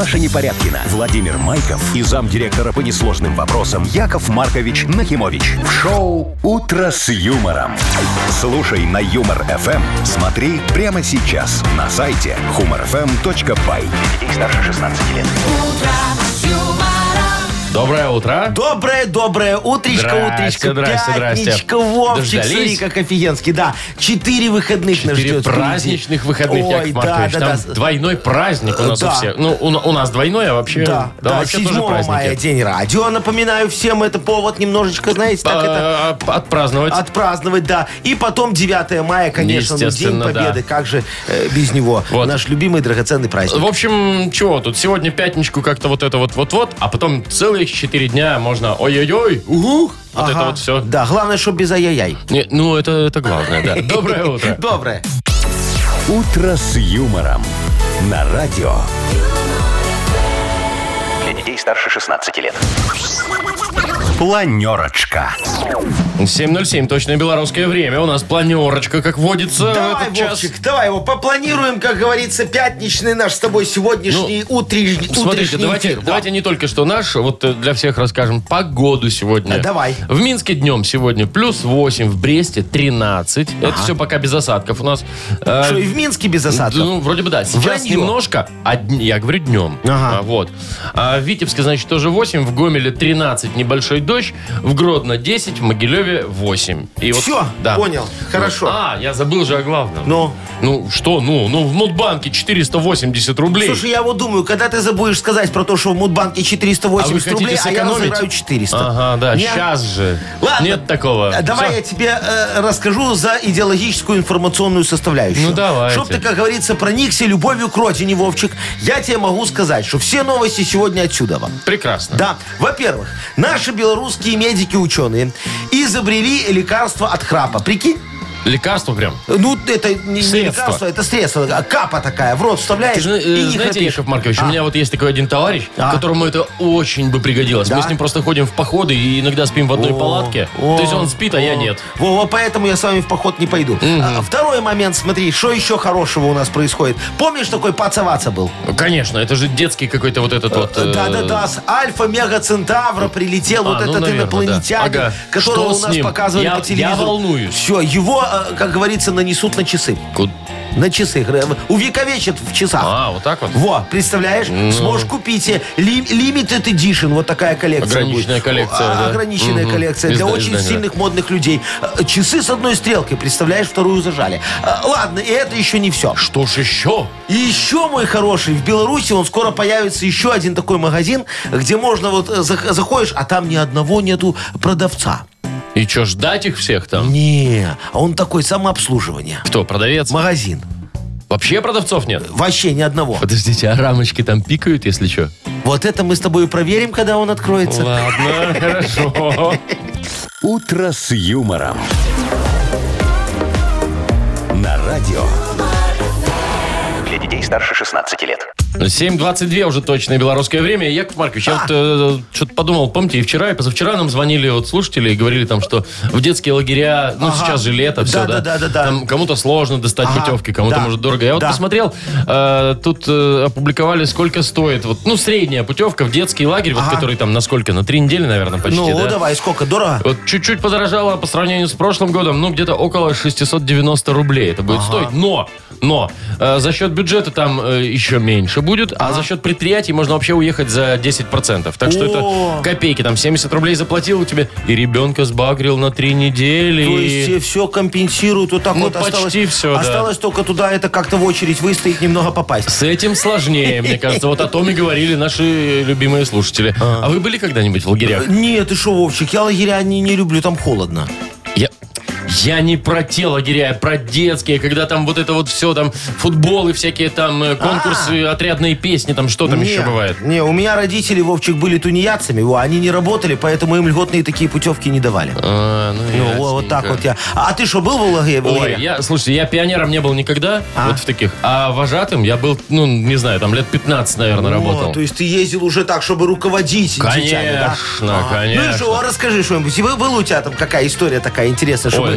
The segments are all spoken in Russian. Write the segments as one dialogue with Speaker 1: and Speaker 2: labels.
Speaker 1: Маша Непорядкина, Владимир Майков и замдиректора по несложным вопросам Яков Маркович Нахимович. В шоу «Утро с юмором». Слушай на Юмор-ФМ. Смотри прямо сейчас на сайте humorfm.by. Для детей старше 16 лет.
Speaker 2: Доброе утро.
Speaker 3: Доброе утречко.
Speaker 2: Здрасте.
Speaker 3: Пятничка, Вовчик,
Speaker 2: Дождались?
Speaker 3: смотри, как офигенски. Да, 4 выходных нас
Speaker 2: 4
Speaker 3: ждет.
Speaker 2: праздничных выходных,
Speaker 3: Ой,
Speaker 2: Яков Маркович.
Speaker 3: да.
Speaker 2: Там двойной праздник у нас
Speaker 3: Да.
Speaker 2: у всех. Ну, у нас двойной, а вообще...
Speaker 3: Да,
Speaker 2: вообще
Speaker 3: 7
Speaker 2: тоже праздники.
Speaker 3: мая день радио. Напоминаю всем, это повод немножечко, знаете, так это...
Speaker 2: Отпраздновать.
Speaker 3: Отпраздновать, да. И потом 9 мая, конечно, День
Speaker 2: Естественно,
Speaker 3: Победы.
Speaker 2: да.
Speaker 3: Как же без него?
Speaker 2: Вот.
Speaker 3: Наш любимый драгоценный праздник.
Speaker 2: В общем, чего тут? Сегодня пятничку как-то вот это вот, а потом целых 4 дня можно ой-ой-ой, угух. Вот это
Speaker 3: Ага.
Speaker 2: вот все.
Speaker 3: Да, главное, чтобы без ай-яй-яй.
Speaker 2: Ну, это главное, да. Доброе утро.
Speaker 3: Доброе.
Speaker 1: «Утро с юмором» на радио. Для детей старше 16 лет. Планерочка.
Speaker 2: 7:07, точное белорусское время. У нас планерочка, как водится, в
Speaker 3: Давай,
Speaker 2: этот час.
Speaker 3: Вовчик, давай его попланируем, как говорится, пятничный наш с тобой сегодняшний утренний
Speaker 2: Смотрите,
Speaker 3: эфир.
Speaker 2: давайте не только что наш, вот для всех расскажем погоду сегодня.
Speaker 3: Давай.
Speaker 2: В Минске днем сегодня +8, в Бресте 13. Это все пока без осадков у нас.
Speaker 3: Что, и в Минске без осадков?
Speaker 2: Ну, вроде бы да. Сейчас
Speaker 3: Вранье.
Speaker 2: немножко, я говорю днем.
Speaker 3: Ага.
Speaker 2: Вот. А в Витебске, значит, тоже 8, в Гомеле 13, небольшой дождь, в Гродно 10, в Могилеве 8. И вот,
Speaker 3: Все,
Speaker 2: да.
Speaker 3: понял, хорошо.
Speaker 2: Я забыл же о главном.
Speaker 3: Ну?
Speaker 2: Ну, что? Ну, в Мудбанке 480 рублей.
Speaker 3: Слушай, я вот думаю, когда ты забудешь сказать про то, что в Мудбанке 480
Speaker 2: хотите
Speaker 3: рублей, а я
Speaker 2: сэкономить?
Speaker 3: разыграю 400.
Speaker 2: Ага, да,
Speaker 3: Не?
Speaker 2: сейчас же.
Speaker 3: Ладно.
Speaker 2: Нет такого.
Speaker 3: Давай
Speaker 2: Всё.
Speaker 3: я тебе расскажу за идеологическую информационную составляющую.
Speaker 2: Ну, давайте.
Speaker 3: Чтоб ты, как говорится, проникся любовью к родине, Вовчик, я тебе могу сказать, что все новости сегодня отсюда вам.
Speaker 2: Прекрасно.
Speaker 3: Да. Во-первых, наши белорусские медики-ученые изобрели лекарство от храпа. Прикинь?
Speaker 2: Лекарство прям.
Speaker 3: Ну, это не
Speaker 2: Средство.
Speaker 3: лекарство, это средство. Капа такая, в рот вставляешь
Speaker 2: Ты же,
Speaker 3: и не
Speaker 2: знаете,
Speaker 3: храпишь.
Speaker 2: Яков Маркович, у меня вот есть такой один товарищ, которому это очень бы пригодилось.
Speaker 3: Да?
Speaker 2: Мы с ним просто ходим в походы и иногда спим в одной палатке. То есть он спит, а я нет.
Speaker 3: Во, поэтому я с вами в поход не пойду. Второй момент, смотри, что еще хорошего у нас происходит. Помнишь, такой Паца-Ваца был?
Speaker 2: Конечно, это же детский какой-то вот этот вот...
Speaker 3: Да-да-да, с Альфа-Мега-Центавра прилетел вот
Speaker 2: ну,
Speaker 3: этот
Speaker 2: наверно,
Speaker 3: инопланетянин,
Speaker 2: да. Ага.
Speaker 3: которого
Speaker 2: Что
Speaker 3: у
Speaker 2: с
Speaker 3: нас
Speaker 2: ним?
Speaker 3: показывали
Speaker 2: Я
Speaker 3: по телевизору.
Speaker 2: волнуюсь.
Speaker 3: Все, его, как говорится, нанесут на часы. На часы. Увековечат в часах.
Speaker 2: Вот так вот?
Speaker 3: Во, представляешь? Сможешь купить себе limited edition, вот такая коллекция.
Speaker 2: Ограниченная
Speaker 3: будет.
Speaker 2: коллекция, да.
Speaker 3: Ограниченная коллекция для очень
Speaker 2: Издание,
Speaker 3: сильных модных людей. Часы с одной стрелкой, представляешь, вторую зажали. Ладно, и это еще не все.
Speaker 2: Что ж еще?
Speaker 3: И еще, мой хороший, в Беларуси он скоро появится еще один такой магазин, где можно вот заходишь, а там ни одного нету продавца.
Speaker 2: И что, ждать их всех там?
Speaker 3: Не, а он такой, самообслуживание.
Speaker 2: Кто, продавец?
Speaker 3: Магазин.
Speaker 2: Вообще продавцов нет?
Speaker 3: Вообще ни одного.
Speaker 2: Подождите, а рамочки там пикают, если что?
Speaker 3: Вот это мы с тобой проверим, когда он откроется.
Speaker 2: Ладно, хорошо.
Speaker 1: «Утро с юмором» на радио. Для детей старше 16 лет.
Speaker 2: 7:22 уже точное белорусское время. Яков Маркович, я вот что-то подумал, помните, и вчера, и позавчера нам звонили вот слушатели и говорили там, что в детские лагеря, сейчас же лето, все, да?
Speaker 3: Да.
Speaker 2: Там кому-то сложно достать путевки, кому-то
Speaker 3: Да.
Speaker 2: может дорого. Я вот
Speaker 3: Да.
Speaker 2: посмотрел, тут опубликовали, сколько стоит, вот, средняя путевка в детский лагерь, вот, который там на сколько, на 3 недели, наверное, почти,
Speaker 3: Ну,
Speaker 2: да?
Speaker 3: давай, сколько? Дорого?
Speaker 2: Вот чуть-чуть подорожало по сравнению с прошлым годом, где-то около 690 рублей это будет стоить. Но за счет бюджета там еще меньше будет, а за счет предприятий можно вообще уехать за 10%. Так что это копейки. Там 70 рублей заплатил у тебя, и ребенка сбагрил на 3 недели.
Speaker 3: То есть тебе все компенсируют, вот так вот
Speaker 2: почти
Speaker 3: осталось.
Speaker 2: всё, да.
Speaker 3: Осталось только туда это как-то в очередь выстоять, немного попасть.
Speaker 2: С этим сложнее, мне кажется. Вот о том и говорили наши любимые слушатели. А вы были когда-нибудь в лагерях?
Speaker 3: Нет, ты шо, Вовчик, я лагеря не люблю, там холодно.
Speaker 2: Я не про те лагеря, а про детские, когда там вот это вот все, там футболы всякие, там конкурсы, отрядные песни, там что там еще бывает?
Speaker 3: Не, у меня родители, Вовчик, были тунеядцами, они не работали, поэтому им льготные такие путевки не давали. Вот так вот я. А ты что, был в лагере?
Speaker 2: Ой, слушайте, я пионером не был никогда, вот в таких, а вожатым я был, не знаю, там лет 15, наверное, работал.
Speaker 3: То есть ты ездил уже так, чтобы руководить детьми, да?
Speaker 2: Конечно.
Speaker 3: Ну и что, расскажи что-нибудь. Была у тебя там какая история такая интересная, чтобы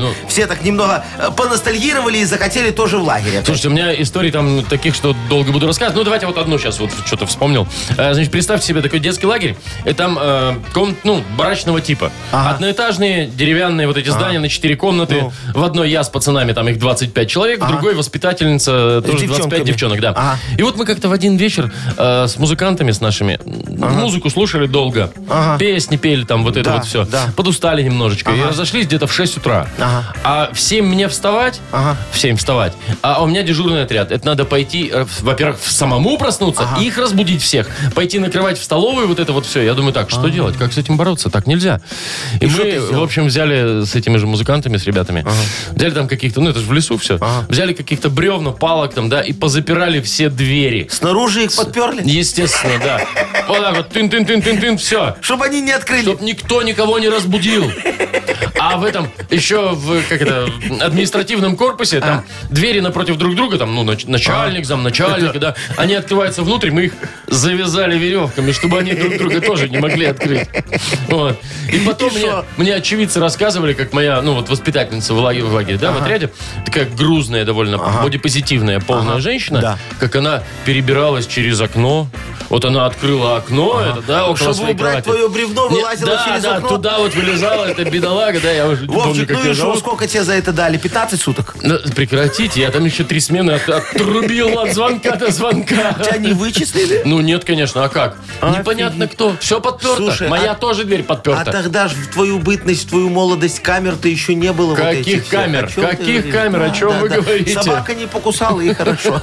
Speaker 3: все так немного поностальгировали и захотели тоже в лагере.
Speaker 2: Слушайте, у меня историй там таких, что долго буду рассказывать. Ну, давайте вот одну сейчас вот что-то вспомнил. Значит, представьте себе такой детский лагерь. И там барачного типа. Одноэтажные деревянные вот эти здания на 4 комнаты. В одной я с пацанами, там их 25 человек, в другой воспитательница, тоже 25 девчонок, да. И вот мы как-то в один вечер с музыкантами, с нашими, музыку слушали долго. Песни пели там, вот это вот все. Подустали немножечко. И разошлись где-то в 6 утра. А в 7 мне вставать, в 7 вставать. А у меня дежурный отряд. Это надо пойти, во-первых, самому проснуться, их разбудить всех, пойти накрывать в столовую, вот это вот все. Я думаю, так, что делать? Как с этим бороться? Так нельзя. И мы, в общем, взяли с этими же музыкантами, с ребятами, взяли там каких-то, это же в лесу все, взяли каких-то бревна, палок там, да, и позапирали все двери.
Speaker 3: Снаружи их подперли?
Speaker 2: Естественно, да. Вот так вот, тын-тын-тын-тын-тын, все.
Speaker 3: Чтобы они не открыли.
Speaker 2: Чтобы никто никого не разбудил. А в этом, еще в административном корпусе, там двери напротив друг друга, там, начальник, замначальника, да, они открываются внутрь, мы их завязали веревками, чтобы они друг друга тоже не могли открыть. Вот. И потом мне очевидцы рассказывали, как моя, воспитательница в лагере, да, в отряде, такая грузная, довольно бодипозитивная, полная женщина, как она перебиралась через окно. Вот она открыла окно, около своей кровати.
Speaker 3: Чтобы убрать твое бревно, вылазила через окно?
Speaker 2: Да, туда вот вылезала эта бедолага, да, я уже не помню, как ее зовут.
Speaker 3: Сколько тебе за это дали? 15 суток?
Speaker 2: Прекратите, я там еще 3 смены отрубил от звонка до звонка.
Speaker 3: Тебя не вычислили?
Speaker 2: Нет, конечно, а как? Непонятно кто. Все подперто. Слушай, моя тоже дверь подперта.
Speaker 3: А тогда же в твою бытность, в твою молодость камер-то еще не было.
Speaker 2: Каких камер? Каких камер? О чем вы говорите?
Speaker 3: Собака не покусала, и хорошо.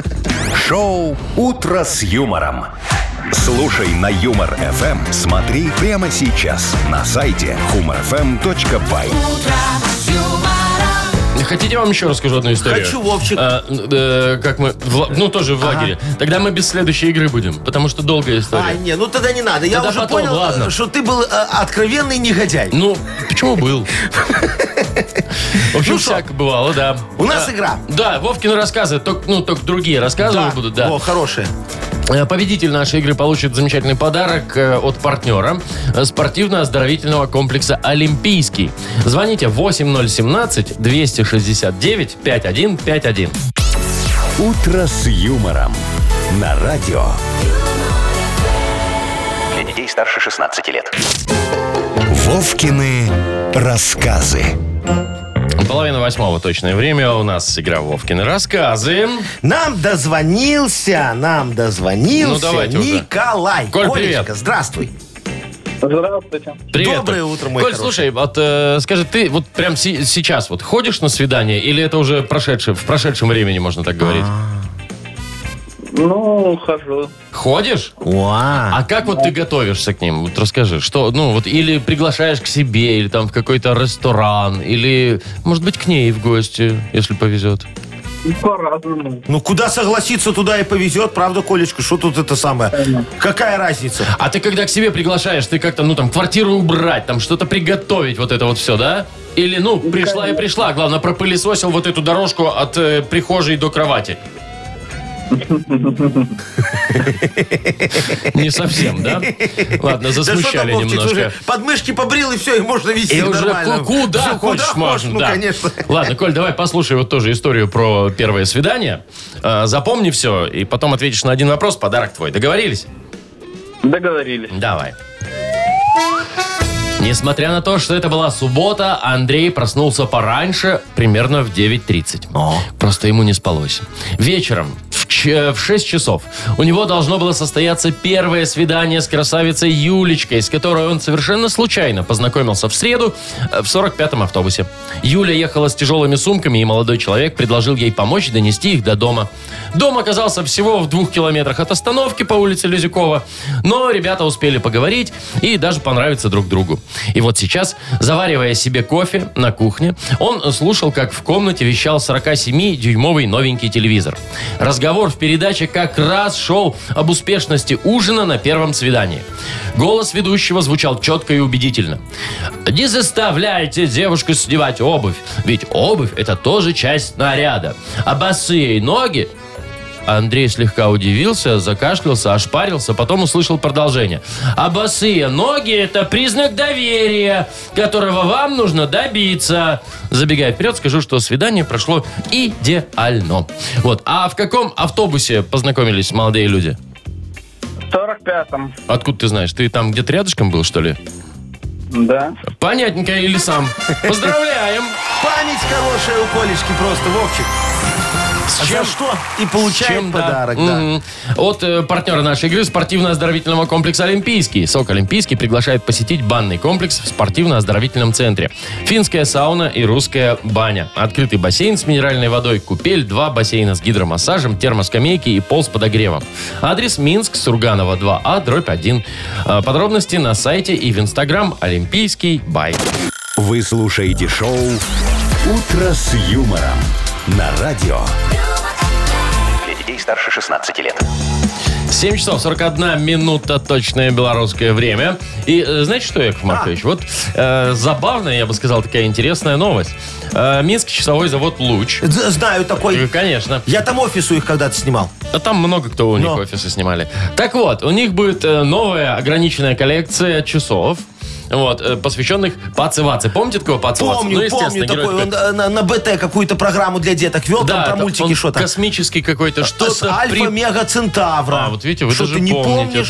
Speaker 1: Шоу «Утро с юмором». Слушай на Юмор ФМ. Смотри прямо сейчас на сайте humorfm.by.
Speaker 2: Хотите, я вам еще расскажу одну историю?
Speaker 3: Хочу, Вовчик.
Speaker 2: Как мы, тоже в лагере. Тогда мы без следующей игры будем, потому что долгая история.
Speaker 3: Тогда не надо. Я уже понял, что ты был откровенный негодяй.
Speaker 2: Почему был? В общем, всяко бывало, да.
Speaker 3: У нас игра.
Speaker 2: Да, Вовкины рассказы, только другие рассказывать будут, да.
Speaker 3: Хорошие.
Speaker 2: Победитель нашей игры получит замечательный подарок от партнера спортивно-оздоровительного комплекса «Олимпийский». Звоните 8017-269-5151.
Speaker 1: «Утро с юмором» на радио.
Speaker 4: Для детей старше 16 лет.
Speaker 1: Вовкины рассказы.
Speaker 2: 7:30 точное время. У нас игра Вовкины рассказы.
Speaker 3: Нам дозвонился
Speaker 2: давайте
Speaker 3: Николай.
Speaker 2: Коль, привет.
Speaker 3: Здравствуй.
Speaker 5: Здравствуйте.
Speaker 2: Привет.
Speaker 3: Доброе утро, мой
Speaker 2: Коль,
Speaker 3: хороший.
Speaker 2: слушай, скажи, ты вот прям сейчас ходишь на свидание или это уже в прошедшем времени, можно так говорить?
Speaker 5: Хожу.
Speaker 2: Ходишь?
Speaker 3: Уа.
Speaker 2: А как вот ты готовишься к ним? Вот расскажи, что, или приглашаешь к себе, или там в какой-то ресторан, или, может быть, к ней в гости, если повезет.
Speaker 5: По-разному.
Speaker 3: Куда согласиться, туда и повезет, правда, Колечка? Что тут это самое? Какая разница?
Speaker 2: А ты когда к себе приглашаешь, ты как-то, квартиру убрать, там что-то приготовить, вот это вот все, да? Или, пришла и пришла, главное, пропылесосил вот эту дорожку от прихожей до кровати. Не совсем, да? Ладно, засмущали немножко.
Speaker 3: Подмышки побрил, и все, и можно вести
Speaker 2: и
Speaker 3: нормально.
Speaker 2: Уже куда хочешь можно. Да.
Speaker 3: Конечно.
Speaker 2: Ладно, Коль, давай послушай вот тоже историю про первое свидание. Запомни все, и потом ответишь на один вопрос, подарок твой. Договорились?
Speaker 5: Договорились.
Speaker 2: Давай. Несмотря на то, что это была суббота, Андрей проснулся пораньше, примерно в 9:30. Просто ему не спалось. Вечером в 6 часов у него должно было состояться первое свидание с красавицей Юлечкой, с которой он совершенно случайно познакомился в среду в 45-м автобусе. Юля ехала с тяжелыми сумками, и молодой человек предложил ей помочь донести их до дома. Дом оказался всего в 2 километрах от остановки по улице Лизюкова, но ребята успели поговорить и даже понравиться друг другу. И вот сейчас, заваривая себе кофе на кухне, он слушал, как в комнате вещал 47-дюймовый новенький телевизор. Разговор в передаче как раз шел об успешности ужина на первом свидании. Голос ведущего звучал четко и убедительно. «Не заставляйте девушку снимать обувь, ведь обувь – это тоже часть наряда. А босые ноги Андрей слегка удивился, закашлялся, ошпарился, потом услышал продолжение. А босые ноги – это признак доверия, которого вам нужно добиться. Забегая вперед, скажу, что свидание прошло идеально. Вот. А в каком автобусе познакомились молодые люди?
Speaker 5: В 45-м.
Speaker 2: Откуда ты знаешь? Ты там где-то рядышком был, что ли?
Speaker 5: Да.
Speaker 2: Понятненько, или сам. Поздравляем!
Speaker 3: Память хорошая у Колечки просто, Вовчик.
Speaker 2: С чем?
Speaker 3: За что? И получает подарок, да.
Speaker 2: Мгм. От партнера нашей игры спортивно-оздоровительного комплекса «Олимпийский». СОК «Олимпийский» приглашает посетить банный комплекс в спортивно-оздоровительном центре. Финская сауна и русская баня. Открытый бассейн с минеральной водой, купель, 2 бассейна с гидромассажем, термоскамейки и пол с подогревом. Адрес: Минск, Сурганова 2А, дробь 1. Подробности на сайте и в Инстаграм «Олимпийский бай».
Speaker 1: Вы слушаете шоу «Утро с юмором» на радио.
Speaker 4: Для детей старше 16 лет.
Speaker 2: 7 часов 41 минута, точное белорусское время. И знаете что, Яков Маркович? Вот забавная, я бы сказал, такая интересная новость. Минский часовой завод «Луч».
Speaker 3: Знаю такой.
Speaker 2: Конечно.
Speaker 3: Я там офис у их когда-то снимал.
Speaker 2: А там много кто у них офисы снимали. Так вот, у них будет новая ограниченная коллекция часов. Вот, посвященных Паце-Ваце. Помните такого Паце-Ваце?
Speaker 3: Помню, помню такой. Он на БТ какую-то программу для деток вел,
Speaker 2: да,
Speaker 3: там про мультики что-то.
Speaker 2: Космический какой-то, что-то.
Speaker 3: С Альфа-Мега-Центавра.
Speaker 2: Вот видите, вы
Speaker 3: что,
Speaker 2: даже
Speaker 3: ты не
Speaker 2: помните.
Speaker 3: помнишь?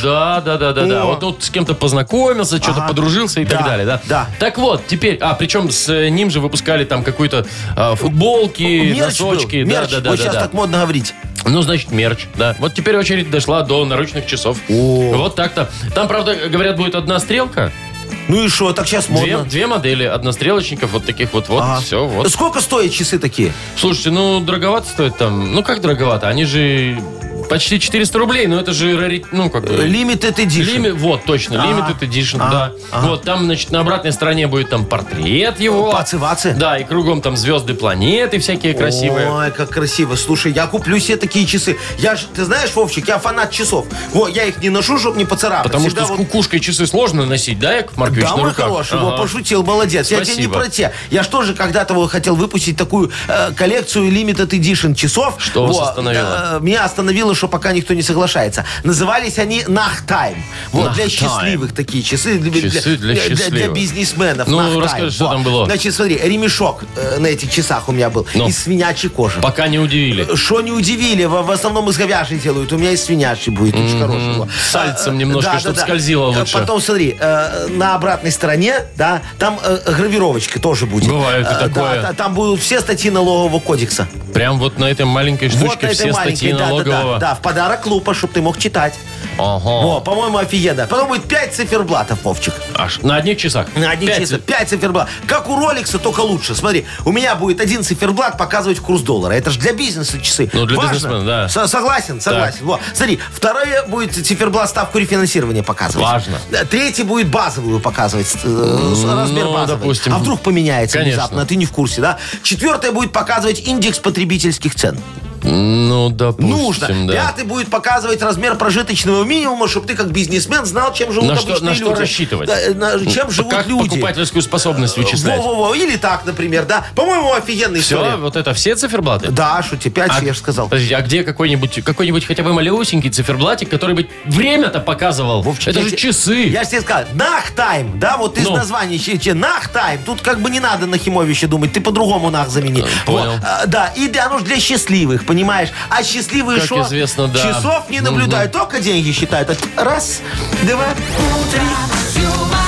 Speaker 2: Да. Вот тут с кем-то познакомился, что-то подружился и так далее, да?
Speaker 3: Да.
Speaker 2: Так вот, теперь, причем с ним же выпускали там какую-то футболки,
Speaker 3: Мерч
Speaker 2: носочки.
Speaker 3: был. Мерч. Вот сейчас так модно говорить.
Speaker 2: Ну, значит, мерч, да. Вот теперь очередь дошла до наручных часов. Вот так-то. Там, правда, говорят, будет одна стрелка.
Speaker 3: Ну и что, так сейчас модно.
Speaker 2: Две модели однострелочников, вот таких вот, все, вот.
Speaker 3: Сколько стоят часы такие?
Speaker 2: Слушайте, ну, дороговато стоит там. Ну, как дороговато? Они же почти 400 рублей, но это же, ну, как бы...
Speaker 3: Limited Edition.
Speaker 2: Вот, точно, Limited Edition, да. Вот, там, значит, на обратной стороне будет там портрет его.
Speaker 3: Паце-Ваце.
Speaker 2: Да, и кругом там звезды планеты всякие красивые.
Speaker 3: Ой, как красиво. Слушай, я куплю себе такие часы. Ты знаешь, Вовчик, я фанат часов. Вот, я их не ношу, чтобы не поцарапать.
Speaker 2: Потому
Speaker 3: всегда
Speaker 2: что с кукушкой часы сложно носить, да, Яков Маркович,
Speaker 3: да,
Speaker 2: на
Speaker 3: мой
Speaker 2: руках?
Speaker 3: хороший, пошутил, молодец.
Speaker 2: Спасибо.
Speaker 3: Я тебе не про те. Я ж тоже когда-то хотел выпустить такую коллекцию Limited Edition часов.
Speaker 2: Что вас остановило?
Speaker 3: Меня остановило, что пока никто не соглашается. Назывались они Nachtime. Вот, для счастливых такие часы.
Speaker 2: Часы для счастливых.
Speaker 3: Для бизнесменов.
Speaker 2: Ну,
Speaker 3: Nachtime.
Speaker 2: расскажи, что там было.
Speaker 3: Значит, смотри, ремешок на этих часах у меня был. Из свинячьей кожи.
Speaker 2: Пока не удивили.
Speaker 3: Что не удивили, в основном из говяжьей делают. У меня из свинячьей будет, очень хорошего.
Speaker 2: С сальцем немножко, чтобы скользило лучше.
Speaker 3: Потом, смотри, на обратной стороне, да, там гравировочка тоже будет.
Speaker 2: Бывает и такое.
Speaker 3: Да, там будут все статьи налогового кодекса.
Speaker 2: Прям вот на этой маленькой штучке
Speaker 3: Вот на этой
Speaker 2: все
Speaker 3: маленькой,
Speaker 2: статьи налогового.
Speaker 3: Да, в подарок лупа, чтобы ты мог читать.
Speaker 2: Ага.
Speaker 3: По-моему, офигенно. Потом будет 5 циферблатов, Вовчик.
Speaker 2: Аж на одних часах?
Speaker 3: На одних часах. 5 циферблатов. Как у Роликса, только лучше. Смотри, у меня будет один циферблат показывать курс доллара. Это же для бизнеса часы.
Speaker 2: Ну, для
Speaker 3: Важно.
Speaker 2: бизнесмена, да.
Speaker 3: Согласен. Вот. Смотри, второе будет циферблат ставку рефинансирования показывать.
Speaker 2: Важно.
Speaker 3: Третий будет базовую показывать. Размер базовый.
Speaker 2: Допустим.
Speaker 3: А вдруг поменяется
Speaker 2: Конечно.
Speaker 3: внезапно, а ты не в курсе, да? Четвертое будет показывать индекс потребительских цен.
Speaker 2: Ну, допустим,
Speaker 3: Нужно.
Speaker 2: да.
Speaker 3: Пятый будет показывать размер прожиточного минимума, чтобы ты как бизнесмен знал, чем живут обычные люди.
Speaker 2: На что рассчитывать?
Speaker 3: Чем живут
Speaker 2: как
Speaker 3: люди.
Speaker 2: покупательскую способность вычислять?
Speaker 3: Во-во-во. Или так, например, да. По-моему, офигенная история.
Speaker 2: Все, вот это все циферблаты?
Speaker 3: Да, что тебе 5, я же сказал.
Speaker 2: Подождите, а где какой-нибудь хотя бы малюсенький циферблатик, который бы время-то показывал?
Speaker 3: Вовчик,
Speaker 2: это же часы.
Speaker 3: Я же тебе сказал, Nachtime, да, вот из названия Nachtime. Тут как бы не надо на Химовича думать, ты по-другому нах замени.
Speaker 2: Понял.
Speaker 3: Да, и оно же для счастливых, понимаешь? А счастливые
Speaker 2: Как
Speaker 3: шо?
Speaker 2: известно, да.
Speaker 3: Часов не наблюдают, только деньги считают. Раз, два, три.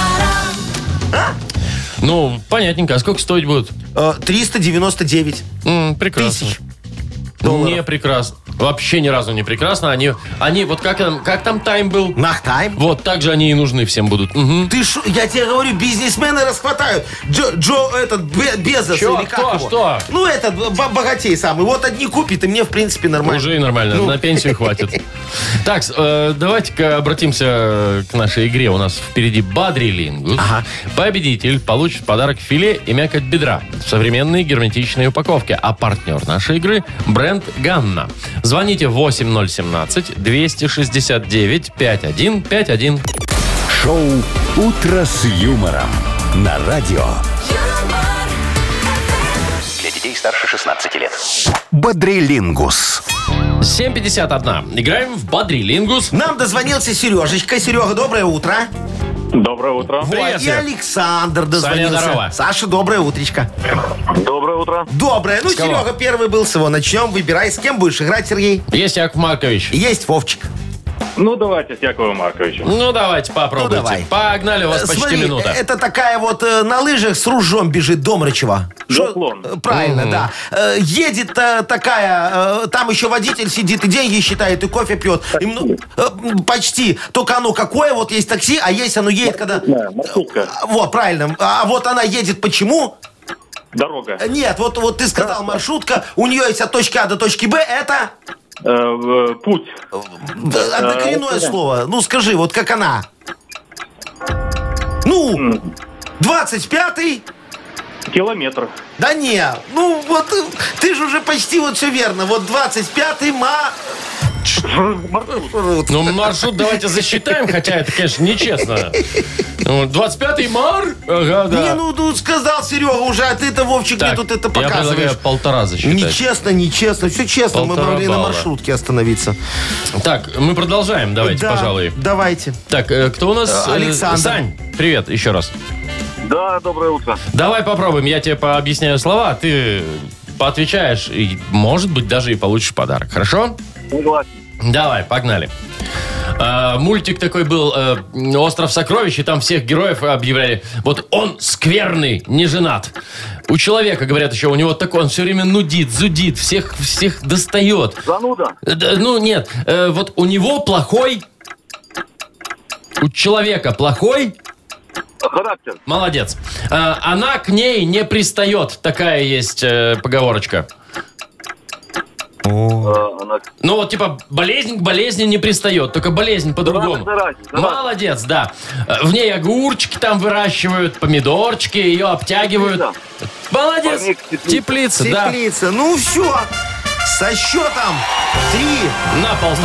Speaker 2: Ну, понятненько. А сколько стоить будут?
Speaker 3: 399
Speaker 2: Прекрасно.
Speaker 3: тысяч долларов.
Speaker 2: Не прекрасно. Вообще ни разу не прекрасно. Они вот как там тайм был?
Speaker 3: Nachtime.
Speaker 2: Вот так же они и нужны всем будут. Угу.
Speaker 3: Ты шо, я тебе говорю, бизнесмены расхватают. Безос
Speaker 2: Чё?
Speaker 3: или как
Speaker 2: Кто?
Speaker 3: его?
Speaker 2: Что?
Speaker 3: Ну, этот богатей самый. Вот одни купит, и мне, в принципе, нормально.
Speaker 2: Уже и нормально. На пенсию хватит. Так, давайте-ка обратимся к нашей игре. У нас впереди Бодрилингус.
Speaker 3: Ага.
Speaker 2: Победитель получит в подарок филе и мякоть бедра в современной герметичной упаковке. А партнер нашей игры – бренд «Ганна». Звоните 8017-269-5151.
Speaker 1: Шоу «Утро с юмором» на радио.
Speaker 4: Для детей старше 16 лет.
Speaker 1: Бодрилингус.
Speaker 2: 7:51. Играем в Бодрилингус.
Speaker 3: Нам дозвонился Сережечка. Серега, доброе утро.
Speaker 5: Доброе утро.
Speaker 3: Вот,
Speaker 2: Привет,
Speaker 3: и
Speaker 2: Серег.
Speaker 3: Александр дозвонился.
Speaker 2: здорово.
Speaker 3: Саша, доброе утречко.
Speaker 5: Доброе утро.
Speaker 3: Доброе. Ну,
Speaker 2: С кого?
Speaker 3: Серега первый был, с его начнем. Выбирай, с кем будешь играть, Сергей.
Speaker 2: Есть Яков Маркович.
Speaker 3: Есть Вовчик.
Speaker 5: Ну, давайте с Яковом Марковичем.
Speaker 2: Ну, давайте попробуйте.
Speaker 3: Ну, давай.
Speaker 2: Погнали, у вас почти
Speaker 3: Смотри,
Speaker 2: минута.
Speaker 3: это такая вот на лыжах с ружьем бежит Домрачева.
Speaker 5: Биатлон.
Speaker 3: Правильно, да. Едет такая, там еще водитель сидит, и деньги считает, и кофе пьет. Почти. Только оно какое, вот есть такси, а есть оно едет, когда...
Speaker 5: Маршрутка.
Speaker 3: Вот, правильно. А вот она едет почему?
Speaker 5: Дорога.
Speaker 3: Нет, вот ты сказал маршрутка, у нее есть от точки А до точки Б, это...
Speaker 5: Путь.
Speaker 3: Однокоренное слово. Ну, скажи, вот как она? Ну, 25-й...
Speaker 5: Километр.
Speaker 3: Да не, ну вот ты же уже почти вот все верно. Вот 25-й маршрут.
Speaker 2: Ну, маршрут давайте засчитаем, хотя это, конечно, нечестно. Ну, 25-й мар? Ага, да.
Speaker 3: Не, ну сказал Серега уже, а ты-то, Вовчик, мне
Speaker 2: Так,
Speaker 3: тут это
Speaker 2: я предлагаю
Speaker 3: показываешь.
Speaker 2: 1,5 засчитать.
Speaker 3: Нечестно, все честно. Мы
Speaker 2: 1,5
Speaker 3: могли на
Speaker 2: балла.
Speaker 3: маршрутке остановиться.
Speaker 2: Так, мы продолжаем, давайте,
Speaker 3: Да,
Speaker 2: пожалуй.
Speaker 3: давайте.
Speaker 2: Так, кто у нас?
Speaker 3: Александр.
Speaker 2: Сань, привет, еще раз.
Speaker 5: Да, доброе утро.
Speaker 2: Давай попробуем, я тебе пообъясняю слова, а ты поотвечаешь, и, может быть, даже и получишь подарок, хорошо?
Speaker 5: Согласен.
Speaker 2: Давай, погнали. Мультик такой был «Остров сокровищ», и там всех героев объявляли. Вот он скверный, не женат. У человека, говорят еще, у него такой, он все время нудит, зудит, всех достает.
Speaker 5: Зануда.
Speaker 2: Ну, нет, вот у него плохой... У человека плохой...
Speaker 5: Характер.
Speaker 2: Молодец. Она к ней не пристает. Такая есть поговорочка.
Speaker 5: Она...
Speaker 2: Ну, вот типа болезнь к болезни не пристает. Только болезнь по-другому.
Speaker 5: Зараза.
Speaker 2: Молодец, да. В ней огурчики там выращивают, помидорчики, ее обтягивают.
Speaker 5: Теплица.
Speaker 2: Молодец.
Speaker 5: Парник,
Speaker 2: Теплица, да.
Speaker 3: Теплица. Ну все. Со счетом 3.
Speaker 2: На 1,5.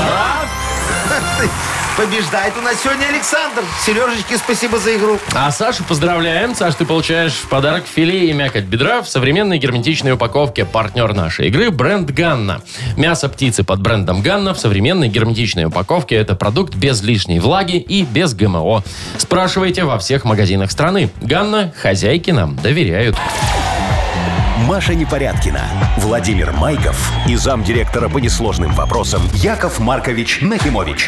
Speaker 3: Побеждает у нас сегодня Александр. Сережечке спасибо за игру.
Speaker 2: А Сашу поздравляем. Саш, ты получаешь в подарок филе и мякоть бедра в современной герметичной упаковке. Партнер нашей игры — бренд «Ганна». Мясо птицы под брендом «Ганна» в современной герметичной упаковке. Это продукт без лишней влаги и без ГМО. Спрашивайте во всех магазинах страны. «Ганна» — хозяйки нам доверяют.
Speaker 1: Маша Непорядкина, Владимир Майков и замдиректора по несложным вопросам Яков Маркович Нахимович.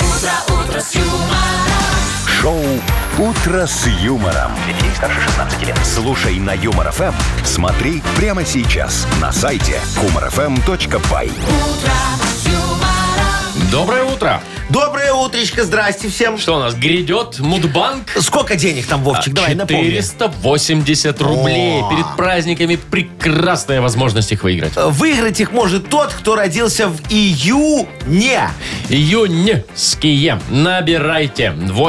Speaker 1: Шоу «Утро с юмором».
Speaker 4: Для детей старше 16 лет.
Speaker 1: Слушай на Юмор ФМ, смотри прямо сейчас на сайте humorfm.by.
Speaker 2: Доброе утро.
Speaker 3: Доброе утречко, здрасте всем.
Speaker 2: Что у нас, грядет Мудбанк?
Speaker 3: Сколько денег там, Вовчик? Давай напомни.
Speaker 2: 480 рублей.
Speaker 3: О.
Speaker 2: Перед праздниками прекрасная возможность их выиграть.
Speaker 3: Выиграть их может тот, кто родился в июне.
Speaker 2: Июньские. Набирайте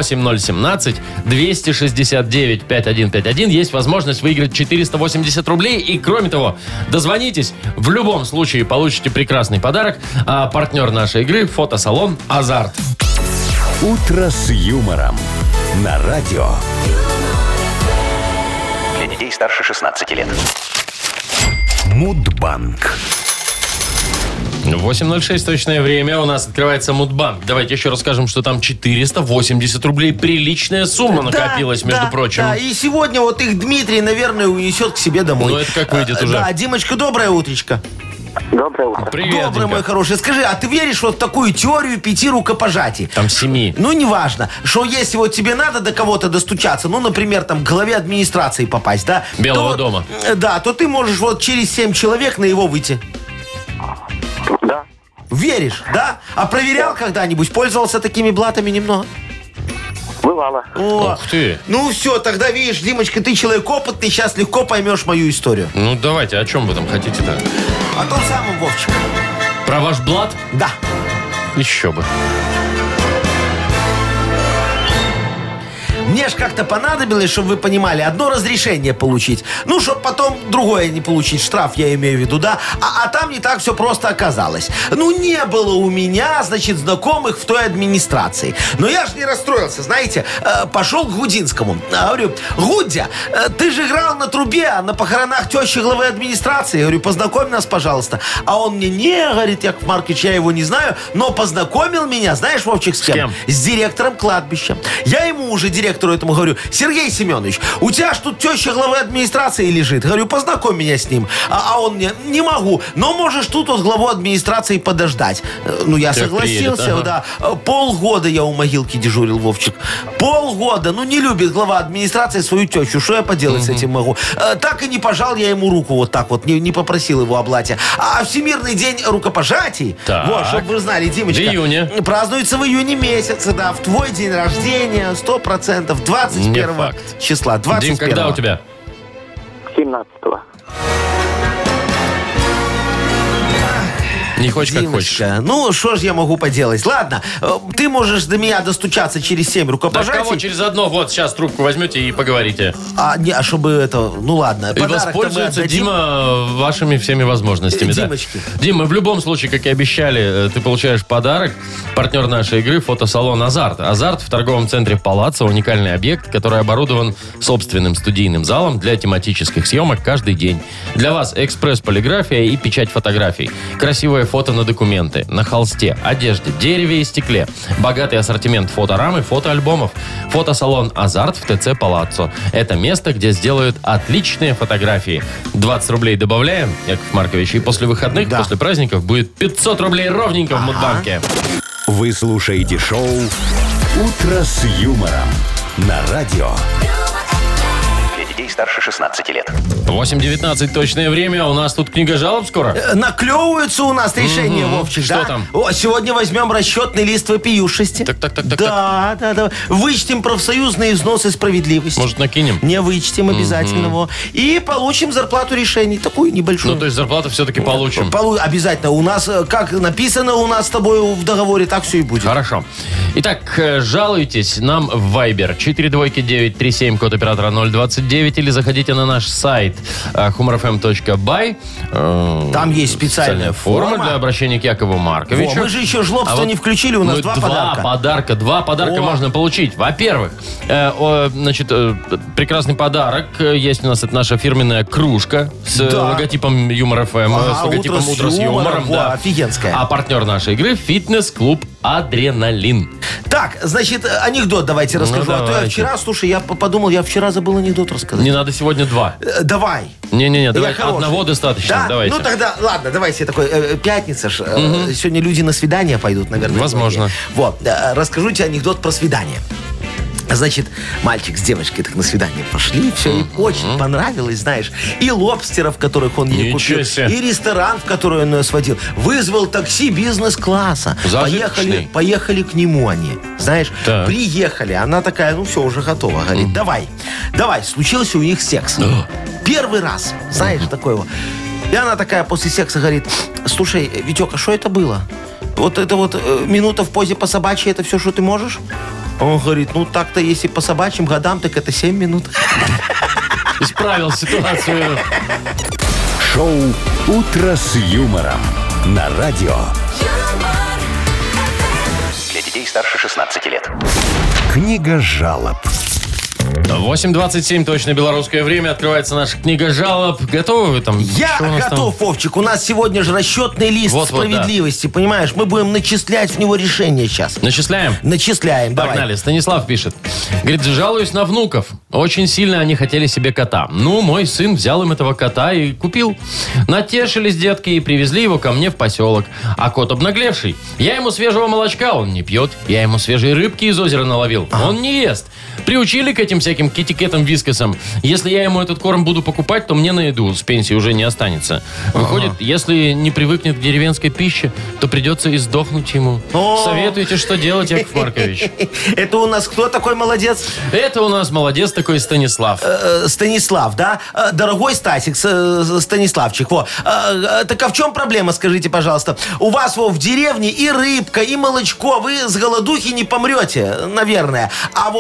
Speaker 2: 8017-269-5151. Есть возможность выиграть 480 рублей. И кроме того, дозвонитесь. В любом случае получите прекрасный подарок. А партнер нашей игры — фотосалон «Азарт».
Speaker 1: «Утро с юмором» на радио.
Speaker 4: Для детей старше 16 лет.
Speaker 1: Мудбанк.
Speaker 2: 8:06 точное время. У нас открывается Мудбанк. Давайте еще расскажем, что там 480 рублей. Приличная сумма накопилась, между прочим.
Speaker 3: Да, и сегодня вот их Дмитрий, наверное, унесет к себе домой.
Speaker 2: Ну, это как выйдет уже.
Speaker 3: Да, Димочка, доброе утречко.
Speaker 5: Доброе утро.
Speaker 2: Привет,
Speaker 3: Доброе,
Speaker 2: Димка.
Speaker 3: мой хороший. Скажи, а ты веришь вот в такую теорию 5 рукопожатий?
Speaker 2: Там 7.
Speaker 3: Ну, неважно, что если вот тебе надо до кого-то достучаться, ну, например, там, к главе администрации попасть, да?
Speaker 2: Белого
Speaker 3: то,
Speaker 2: дома.
Speaker 3: Да, то ты можешь вот через 7 человек на его выйти.
Speaker 5: Да.
Speaker 3: Веришь, да? А проверял когда-нибудь? Пользовался такими блатами немного?
Speaker 5: Бывало.
Speaker 3: О,
Speaker 2: Ух ты.
Speaker 3: ну все, тогда видишь, Димочка, ты человек опытный, сейчас легко поймешь мою историю.
Speaker 2: Ну, давайте, о чем вы там хотите-то?
Speaker 3: О том самом, Вовчик.
Speaker 2: Про ваш блат?
Speaker 3: Да.
Speaker 2: Еще бы.
Speaker 3: Мне ж как-то понадобилось, чтобы вы понимали, одно разрешение получить. Ну, чтобы потом другое не получить. Штраф, я имею в виду, да? А там не так все просто оказалось. Ну, не было у меня, значит, знакомых в той администрации. Но я же не расстроился, знаете. Пошел к Гудинскому. Говорю, Гудя, ты же играл на трубе на похоронах тещи главы администрации. Я говорю, познакомь нас, пожалуйста. А он мне, не, говорит, Яков Маркович, я его не знаю, но познакомил меня, знаешь, Вовчик, с кем? С директором кладбища. Я ему уже, директору этому, говорю, Сергей Семенович, у тебя ж тут теща главы администрации лежит. Говорю, познакомь меня с ним. А он мне, не могу, но можешь тут вот главу администрации подождать. Ну, я согласился,
Speaker 2: приедет,
Speaker 3: да. Полгода я у могилки дежурил, Вовчик. Полгода. Ну, не любит глава администрации свою тещу. Что я поделать с этим могу? Так и не пожал я ему руку вот так вот, не попросил его о блате. А Всемирный день рукопожатий,
Speaker 2: Так.
Speaker 3: вот, чтобы вы знали, Димочка,
Speaker 2: В июне.
Speaker 3: празднуется в июне месяце, да, в твой день рождения, 100%, 21
Speaker 2: Не факт.
Speaker 3: числа, 21.
Speaker 2: Дим, когда у тебя?
Speaker 5: 17-го.
Speaker 2: Не хочешь, как хочешь.
Speaker 3: Димочка, ну, что ж я могу поделать? Ладно, ты можешь до меня достучаться через 7
Speaker 2: Да
Speaker 3: рукопожатий.
Speaker 2: кого через одно? Вот, сейчас трубку возьмете и поговорите.
Speaker 3: А чтобы это, ну ладно.
Speaker 2: И
Speaker 3: подарок-то мы
Speaker 2: воспользуется
Speaker 3: отдадим.
Speaker 2: Дима вашими всеми возможностями. Да.
Speaker 3: Димочки.
Speaker 2: Дима, в любом случае, как и обещали, ты получаешь подарок. Партнер нашей игры — фотосалон «Азарт». «Азарт» в торговом центре «Палаццо» — уникальный объект, который оборудован собственным студийным залом для тематических съемок каждый день. Для вас экспресс-полиграфия и печать фотографий. Красивое фото на документы, на холсте, одежде, дереве и стекле. Богатый ассортимент фоторам и фотоальбомов. Фотосалон «Азарт» в ТЦ «Палаццо». Это место, где сделают отличные фотографии. 20 рублей добавляем, Яков Маркович, и после выходных,
Speaker 3: Да.
Speaker 2: после праздников будет 500 рублей ровненько в Мудбанке.
Speaker 1: Вы слушаете шоу «Утро с юмором» на радио.
Speaker 4: Для детей старше 16 лет.
Speaker 2: 8:19 точное время. У нас тут книга жалоб скоро.
Speaker 3: Наклевываются у нас решения, Вовчик,
Speaker 2: Что
Speaker 3: да?
Speaker 2: там?
Speaker 3: О, сегодня возьмем расчетный лист вопиюшести.
Speaker 2: Так.
Speaker 3: Да. Вычтем профсоюзные взносы справедливости.
Speaker 2: Может, накинем?
Speaker 3: Не вычтем обязательно. во. И получим зарплату решений. Такую небольшую.
Speaker 2: Ну, то есть зарплату все-таки получим.
Speaker 3: Обязательно. У нас, как написано у нас с тобой в договоре, так все и будет.
Speaker 2: Хорошо. Итак, жалуйтесь нам в Viber 42937, код оператора 029, или заходите на наш сайт humorfm.by.
Speaker 3: Там есть специальная форма.
Speaker 2: для обращения к Якову Марковичу.
Speaker 3: Во, мы же еще жлобство не включили, у нас
Speaker 2: мы
Speaker 3: два подарка.
Speaker 2: Два подарка
Speaker 3: О.
Speaker 2: можно получить. Во-первых, прекрасный подарок есть у нас. Это наша фирменная кружка с
Speaker 3: Да.
Speaker 2: логотипом Юмор ФМ,
Speaker 3: Ага,
Speaker 2: с логотипом
Speaker 3: «Утро с юмором». Во,
Speaker 2: да.
Speaker 3: офигенская.
Speaker 2: А партнер нашей игры — фитнес-клуб «Адреналин».
Speaker 3: Так, значит, анекдот давайте расскажу. А то я
Speaker 2: давайте.
Speaker 3: вчера, слушай, я подумал, я вчера забыл анекдот рассказать.
Speaker 2: Не надо сегодня два.
Speaker 3: Давай.
Speaker 2: Не-не-не, давай
Speaker 3: хороший.
Speaker 2: одного достаточно.
Speaker 3: Да?
Speaker 2: Давайте.
Speaker 3: Ну тогда, ладно, давайте такой, пятница ж. Сегодня люди на свидание пойдут, наверное.
Speaker 2: Возможно.
Speaker 3: многие. Вот, расскажу тебе анекдот про свидание. Значит, мальчик с девочкой так на свидание пошли, все, им очень понравилось, знаешь. И лобстеров, которых он ей
Speaker 2: Ничего
Speaker 3: купил,
Speaker 2: себе.
Speaker 3: и ресторан, в который он ее сводил. Вызвал такси бизнес-класса.
Speaker 2: Зажиточный.
Speaker 3: Поехали к нему они, знаешь.
Speaker 2: Так.
Speaker 3: Приехали, она такая, ну все, уже готова. Говорит, давай, случился у них секс. Первый раз, знаешь, такой вот. И она такая после секса говорит, слушай, Витек, а что это было? Вот это вот минута в позе по собачьей, это все, что ты можешь? Он говорит, ну так-то, если по собачьим годам, так это 7 минут.
Speaker 2: Исправил ситуацию.
Speaker 1: Шоу «Утро с юмором» на радио.
Speaker 4: Для детей старше 16 лет.
Speaker 1: Книга жалоб.
Speaker 2: 8:27 точно белорусское время. Открывается наша книга жалоб. Готовы вы там?
Speaker 3: Я
Speaker 2: Что у нас там?
Speaker 3: готов, Вовчик. У нас сегодня же расчетный лист
Speaker 2: Вот,
Speaker 3: справедливости, понимаешь? Мы будем начислять в него решение сейчас.
Speaker 2: Начисляем?
Speaker 3: Начисляем, давай.
Speaker 2: Погнали. Станислав пишет. Говорит, жалуюсь на внуков. Очень сильно они хотели себе кота. Ну, мой сын взял им этого кота и купил. Натешились детки и привезли его ко мне в поселок. А кот обнаглевший. Я ему свежего молочка, он не пьет. Я ему свежей рыбки из озера наловил. Он не ест. Приучили к этим всяким китикетам, вискасам. Если я ему этот корм буду покупать, то мне на еду с пенсии уже не останется. Выходит, если не привыкнет к деревенской пище, то придется и сдохнуть ему.
Speaker 3: О.
Speaker 2: Советуйте, что делать, Яков Маркович?
Speaker 3: Это у нас кто такой молодец?
Speaker 2: Это у нас молодец такой Станислав.
Speaker 3: Станислав, да? Дорогой Стасик, Станиславчик, во. Так а в чем проблема, скажите, пожалуйста? У вас в деревне и рыбка, и молочко. Вы с голодухи не помрете, наверное. А вот кот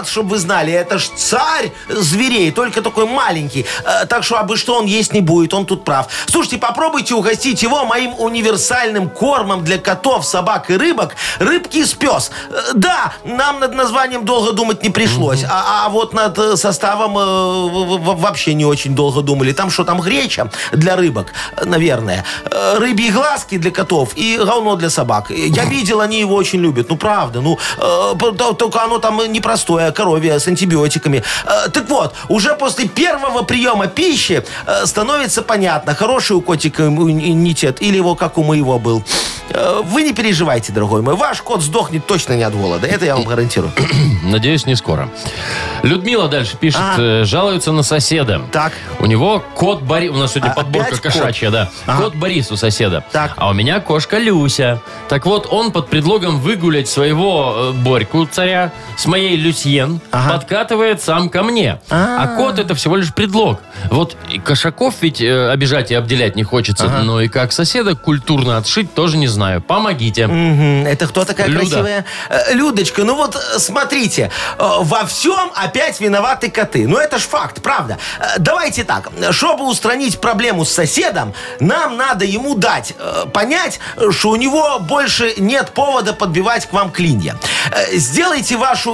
Speaker 3: чтобы вы знали, это ж царь зверей, только такой маленький. Так что, абы что, он есть не будет, он тут прав. Слушайте, попробуйте угостить его моим универсальным кормом для котов, собак и рыбок «Рыбки-спес». Да, нам над названием долго думать не пришлось. А вот над составом вообще не очень долго думали. Там что, там греча для рыбок, наверное. Рыбьи глазки для котов и говно для собак. Я видел, они его очень любят. Ну, правда. Ну, только оно там непростое, коровье, с антибиотиками. Так вот, уже после первого приема пищи становится понятно, хороший у котика иммунитет или его, как у моего, был. Вы не переживайте, дорогой мой. Ваш кот сдохнет точно не от голода. Это я вам гарантирую.
Speaker 2: Надеюсь, не скоро. Людмила дальше пишет, жалуется на соседа.
Speaker 3: Так.
Speaker 2: У него кот Борис. У нас сегодня подборка
Speaker 3: опять
Speaker 2: кошачья, да. Кот Борис у соседа.
Speaker 3: Так.
Speaker 2: А у меня кошка Люся. Так вот, он под предлогом выгулять своего Борьку, царя, с моей Люсьен, подкатывает сам ко мне. А кот это всего лишь предлог. Вот и кошаков ведь обижать и обделять не хочется. Но и как соседа культурно отшить тоже не знаю. Помогите.
Speaker 3: Это кто такая
Speaker 2: Люда.
Speaker 3: красивая? Людочка, ну вот смотрите, во всем опять виноваты коты. Ну это ж факт, правда. Давайте так, чтобы устранить проблему с соседом, нам надо ему дать понять, что у него больше нет повода подбивать к вам клинья. Сдайте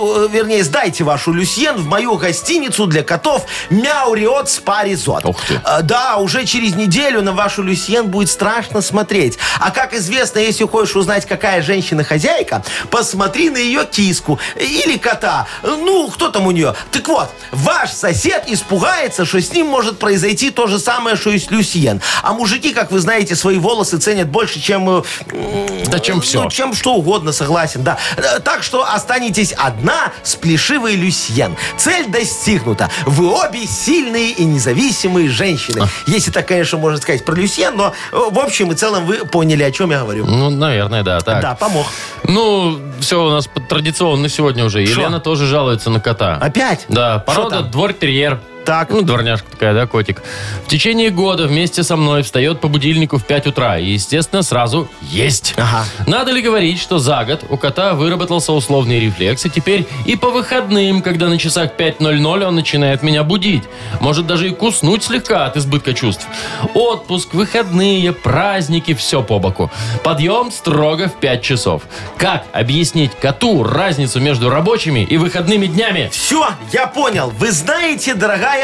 Speaker 3: вашу Люсьен в мою гостиницу для котов Мяуриот Спа Резорт.
Speaker 2: Ух ты.
Speaker 3: Да, уже через неделю на вашу Люсьен будет страшно смотреть. А как известно, если хочешь узнать, какая женщина хозяйка, посмотри на ее киску или кота. Ну, кто там у нее? Так вот, ваш сосед испугается, что с ним может произойти то же самое, что и с Люсьен. А мужики, как вы знаете, свои волосы ценят больше, чем...
Speaker 2: Да чем все.
Speaker 3: Ну, чем что угодно, согласен, да. Так что останетесь одна с плешивой Люсьен. Цель достигнута. Вы обе сильные и независимые женщины. Если так, конечно, можно сказать про Люсьен, но в общем и целом вы поняли, о чем я говорю.
Speaker 2: Ну, наверное, да. Так.
Speaker 3: Да, помог.
Speaker 2: Ну, все у нас традиционно сегодня уже.
Speaker 3: Шо?
Speaker 2: Елена тоже жалуется на кота.
Speaker 3: Опять?
Speaker 2: Да,
Speaker 3: Шо
Speaker 2: порода
Speaker 3: там?
Speaker 2: двор-терьер.
Speaker 3: Так.
Speaker 2: Ну, дворняжка такая, да, котик. В течение года вместе со мной встает по будильнику в 5 утра. И, естественно, сразу есть.
Speaker 3: Ага.
Speaker 2: Надо ли говорить, что за год у кота выработался условный рефлекс, и теперь и по выходным, когда на часах 5:00 он начинает меня будить. Может даже и куснуть слегка от избытка чувств. Отпуск, выходные, праздники, все по боку. Подъем строго в 5 часов. Как объяснить коту разницу между рабочими и выходными днями?
Speaker 3: Все, я понял. Вы знаете, дорогая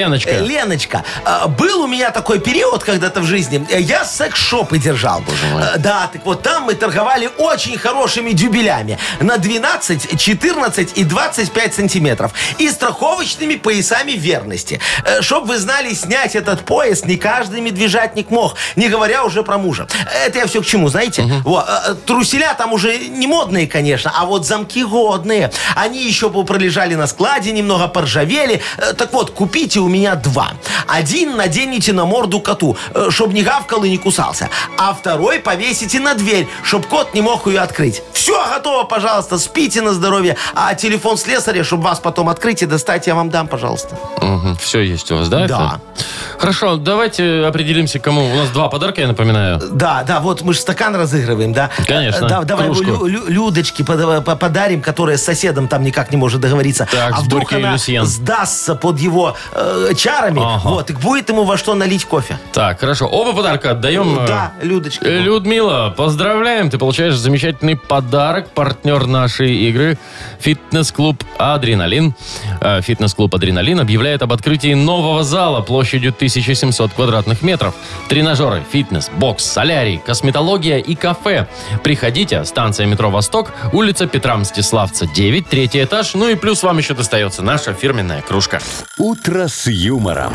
Speaker 2: Леночка.
Speaker 3: Был у меня такой период когда-то в жизни. Я секс-шопы держал.
Speaker 2: Боже мой.
Speaker 3: Да, так вот там мы торговали очень хорошими дюбелями на 12, 14 и 25 сантиметров. И страховочными поясами верности. Чтоб вы знали, снять этот пояс не каждый медвежатник мог. Не говоря уже про мужа. Это я все к чему, знаете? Вот, труселя там уже не модные, конечно, а вот замки годные. Они еще пролежали на складе, немного поржавели. Так вот, купите у меня 2. Один наденете на морду коту, чтобы не гавкал и не кусался. А второй повесите на дверь, чтобы кот не мог ее открыть. Все, готово, пожалуйста, спите на здоровье. А телефон слесаря, чтобы вас потом открыть и достать, я вам дам, пожалуйста.
Speaker 2: Все есть у вас, да?
Speaker 3: Да.
Speaker 2: Это? Хорошо, давайте определимся, кому. У нас 2 подарка, я напоминаю.
Speaker 3: Да, вот мы же стакан разыгрываем, да?
Speaker 2: Конечно,
Speaker 3: Давай его
Speaker 2: кружку.
Speaker 3: Людочке подарим, которая с соседом там никак не может договориться.
Speaker 2: Так,
Speaker 3: а
Speaker 2: с
Speaker 3: вдруг
Speaker 2: Борькой и
Speaker 3: она
Speaker 2: Люсьен.
Speaker 3: сдастся под его чарами,
Speaker 2: Ага.
Speaker 3: вот, и будет ему во что налить кофе.
Speaker 2: Так, хорошо. Оба подарка отдаем.
Speaker 3: Да, Людочка.
Speaker 2: Людмила, поздравляем. Ты получаешь замечательный подарок. Партнер нашей игры «Фитнес-клуб Адреналин». «Фитнес-клуб Адреналин» объявляет об открытии нового зала площадью 1700 квадратных метров. Тренажеры, фитнес, бокс, солярий, косметология и кафе. Приходите. Станция метро «Восток», улица Петра Мстиславца, 9, 3-й этаж. Ну и плюс вам еще достается наша фирменная кружка.
Speaker 1: «Утро с юмором».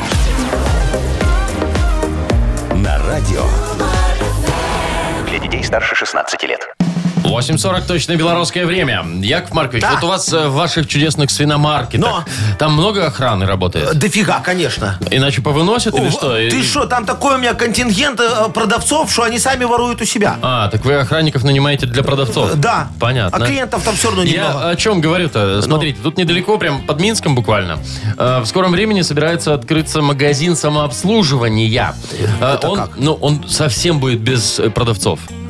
Speaker 1: На радио.
Speaker 4: Для детей старше 16 лет.
Speaker 2: 8:40 точно белорусское время. Яков Маркович,
Speaker 3: Да.
Speaker 2: вот у вас в ваших чудесных свиномаркетах
Speaker 3: Но.
Speaker 2: там много охраны работает?
Speaker 3: Дофига, конечно.
Speaker 2: Иначе повыносят или что?
Speaker 3: Ты что, там такой у меня контингент продавцов, что они сами воруют у себя.
Speaker 2: А, так вы охранников нанимаете для продавцов?
Speaker 3: Да.
Speaker 2: Понятно.
Speaker 3: А клиентов там все равно немного.
Speaker 2: Я о чем говорю-то? Смотрите, тут недалеко, прям под Минском буквально. В скором времени собирается открыться магазин самообслуживания.
Speaker 3: Это
Speaker 2: Он,
Speaker 3: как?
Speaker 2: он совсем будет без продавцов.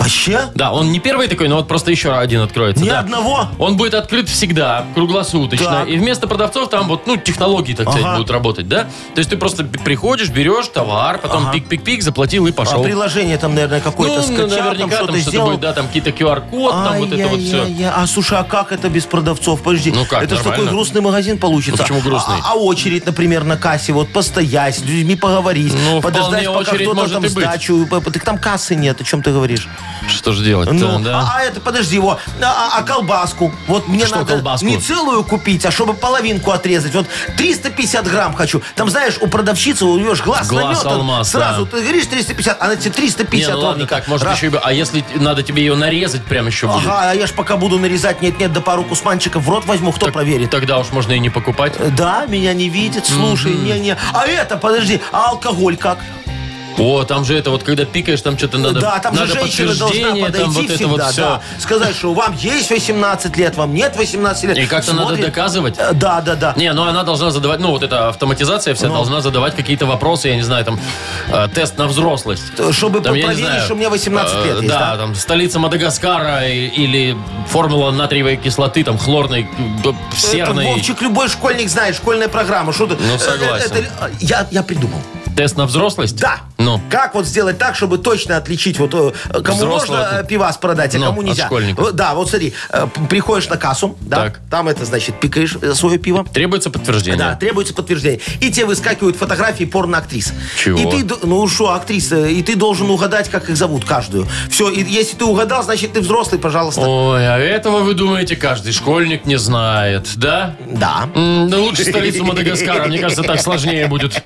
Speaker 3: Вообще?
Speaker 2: Да, он не первый такой, но вот просто еще один откроется.
Speaker 3: Ни
Speaker 2: да.
Speaker 3: одного?
Speaker 2: Он будет открыт всегда, круглосуточно.
Speaker 3: Так.
Speaker 2: И вместо продавцов там вот, технологии, так сказать, будут работать, да? То есть ты просто приходишь, берешь товар, потом пик-пик-пик, заплатил и
Speaker 3: А
Speaker 2: пошел.
Speaker 3: приложение там, наверное, какое-то скачал, там
Speaker 2: наверняка
Speaker 3: что-то
Speaker 2: там что-то
Speaker 3: сделал.
Speaker 2: будет, да, там какие-то QR-код, там вот это вот все.
Speaker 3: Ай-яй-яй-яй. А слушай, а как это без продавцов? Подожди,
Speaker 2: Ну как,
Speaker 3: это ж
Speaker 2: нормально.
Speaker 3: такой грустный магазин получится.
Speaker 2: Ну почему грустный?
Speaker 3: А очередь, например, на кассе, вот постоять, с людьми поговорить,
Speaker 2: Ну,
Speaker 3: подождать,
Speaker 2: вполне
Speaker 3: пока
Speaker 2: очередь
Speaker 3: кто-то
Speaker 2: может
Speaker 3: там
Speaker 2: и быть.
Speaker 3: сдачу. Так там кассы нет, о чем ты говоришь?
Speaker 2: Что же делать-то,
Speaker 3: Ну,
Speaker 2: да?
Speaker 3: а это, подожди, а колбаску? Вот мне
Speaker 2: Что
Speaker 3: надо
Speaker 2: колбаску?
Speaker 3: не целую купить, а чтобы половинку отрезать. Вот 350 грамм хочу. Там, знаешь, у продавщицы, у нее ж глаз наметан.
Speaker 2: алмаз,
Speaker 3: Сразу
Speaker 2: да.
Speaker 3: ты говоришь 350, она тебе 350
Speaker 2: Не, ну ладно,
Speaker 3: ровненько.
Speaker 2: так, может
Speaker 3: Раз.
Speaker 2: еще и... А если надо тебе ее нарезать, прям еще будет?
Speaker 3: Ага, а я ж пока буду нарезать, нет-нет, да пару кусманчиков в рот возьму, кто проверит?
Speaker 2: Тогда уж можно и не покупать.
Speaker 3: Да, меня не видит, слушай, не-не. А это, подожди, а алкоголь как?
Speaker 2: О, там же это вот, когда пикаешь, там что-то надо...
Speaker 3: Да, там же
Speaker 2: надо
Speaker 3: женщина должна
Speaker 2: подтверждение,
Speaker 3: подойти
Speaker 2: там вот это
Speaker 3: всегда,
Speaker 2: вот все.
Speaker 3: да. Сказать, что вам есть 18 лет, вам нет 18 лет.
Speaker 2: И как-то надо
Speaker 3: Смотрит.
Speaker 2: доказывать.
Speaker 3: Да.
Speaker 2: Не, ну она должна задавать, ну вот эта автоматизация вся должна задавать какие-то вопросы, я не знаю, там, тест на взрослость.
Speaker 3: Чтобы
Speaker 2: Там, я не
Speaker 3: проверить,
Speaker 2: знаю,
Speaker 3: что мне 18 лет есть,
Speaker 2: да,
Speaker 3: да?
Speaker 2: там, столица Мадагаскара или формула натриевой кислоты, там, хлорной, серной.
Speaker 3: Это, Вовчик, любой школьник знает, школьная программа. Что ты?
Speaker 2: Ну, согласен.
Speaker 3: Я придумал.
Speaker 2: Тест на взрослость?
Speaker 3: Да.
Speaker 2: Ну.
Speaker 3: Как вот сделать так, чтобы точно отличить, вот кому
Speaker 2: Взрослого
Speaker 3: можно пивас продать, а
Speaker 2: ну,
Speaker 3: кому
Speaker 2: от
Speaker 3: нельзя.
Speaker 2: школьников.
Speaker 3: Да, вот смотри, приходишь на кассу, да,
Speaker 2: Так.
Speaker 3: там это, значит, пикаешь свое пиво.
Speaker 2: Требуется подтверждение.
Speaker 3: Да, требуется подтверждение. И тебе выскакивают фотографии порно-актрис.
Speaker 2: Чего?
Speaker 3: И ты, ну что, актриса, и ты должен угадать, как их зовут, каждую. Все, и если ты угадал, значит, ты взрослый, пожалуйста.
Speaker 2: Ой, а этого, вы думаете, каждый школьник не знает, да?
Speaker 3: Да.
Speaker 2: Да лучше столицу Мадагаскара, мне кажется, так сложнее будет.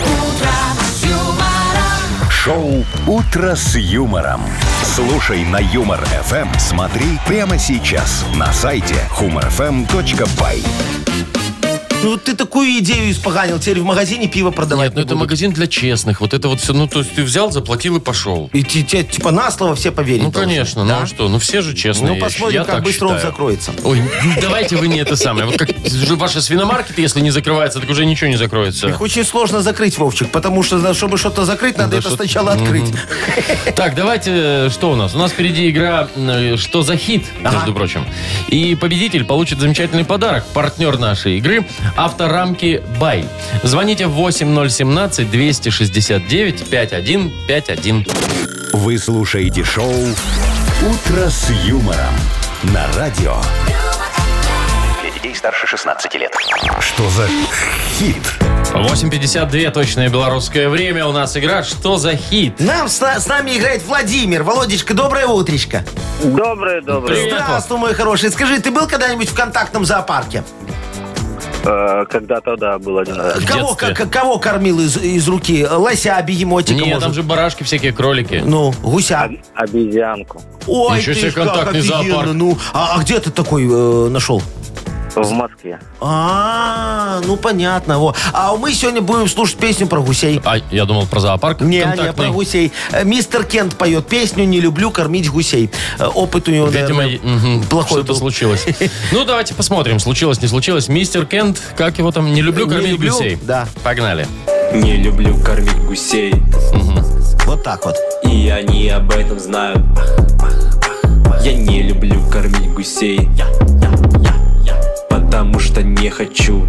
Speaker 1: Шоу «Утро с юмором». Слушай на Юмор ФМ. Смотри прямо сейчас на сайте humorfm.by.
Speaker 3: Ну, ты такую идею испоганил, теперь в магазине пиво продавать
Speaker 2: Нет, ну
Speaker 3: не
Speaker 2: это
Speaker 3: будут.
Speaker 2: магазин для честных. Вот это вот все, ну то есть ты взял, заплатил и пошел.
Speaker 3: И тебе, типа, на слово все поверить
Speaker 2: Ну,
Speaker 3: должны.
Speaker 2: конечно,
Speaker 3: Да?
Speaker 2: ну а что, ну все же честные.
Speaker 3: Ну, посмотрим,
Speaker 2: я
Speaker 3: как
Speaker 2: так
Speaker 3: быстро он
Speaker 2: считаю.
Speaker 3: закроется.
Speaker 2: Ой, ну, давайте вы не это самое. Вот как же ваши свиномаркеты, если не закрываются, так уже ничего не закроется.
Speaker 3: Их очень сложно закрыть, Вовчик, потому что, чтобы что-то закрыть, надо
Speaker 2: Да
Speaker 3: это
Speaker 2: что-
Speaker 3: сначала открыть.
Speaker 2: Так, давайте, что у нас? У нас впереди игра «Что за хит?», между прочим. И победитель получит замечательный подарок. Партнер нашей игры – Авторамки «Бай». Звоните 8017-269-5151.
Speaker 1: Вы слушаете шоу «Утро с юмором» на радио.
Speaker 4: Для детей старше 16 лет.
Speaker 1: Что за хит?
Speaker 2: 8:52 точное белорусское время. У нас игра «Что за хит?».
Speaker 3: С нами играет Владимир. Володечка, доброе утречко.
Speaker 5: Доброе.
Speaker 2: Привет,
Speaker 3: Здравствуй, мой хороший. Скажи, ты был когда-нибудь в контактном зоопарке?
Speaker 5: Когда-то, да, был один раз.
Speaker 2: детстве.
Speaker 3: Кого кормил из руки? Лося, бегемотика,
Speaker 2: Нет,
Speaker 3: может?
Speaker 2: там же барашки всякие, кролики.
Speaker 3: Ну, гуся.
Speaker 5: Обезьянку.
Speaker 3: Ой,
Speaker 2: Ничего
Speaker 3: ты
Speaker 2: себе,
Speaker 3: ж как
Speaker 2: контактный
Speaker 3: офигенно.
Speaker 2: зоопарк.
Speaker 3: Ну, а где ты такой нашел?
Speaker 5: В Москве.
Speaker 3: Ну понятно. Во. А мы сегодня будем слушать песню про гусей.
Speaker 2: А, я думал про зоопарк
Speaker 3: Не,
Speaker 2: контактный.
Speaker 3: про гусей. Мистер Кент поет песню «Не люблю кормить гусей». Опыт у него,
Speaker 2: Видимо,
Speaker 3: наверное, плохой
Speaker 2: что-то
Speaker 3: был.
Speaker 2: случилось. Ну, давайте посмотрим, случилось, не случилось. Мистер Кент, как его там, не люблю
Speaker 3: Не
Speaker 2: кормить
Speaker 3: люблю,
Speaker 2: гусей.
Speaker 3: да.
Speaker 2: Погнали.
Speaker 6: Не люблю кормить гусей,
Speaker 3: Вот так вот.
Speaker 6: и они об этом знают. Я не люблю кормить гусей, потому что не хочу.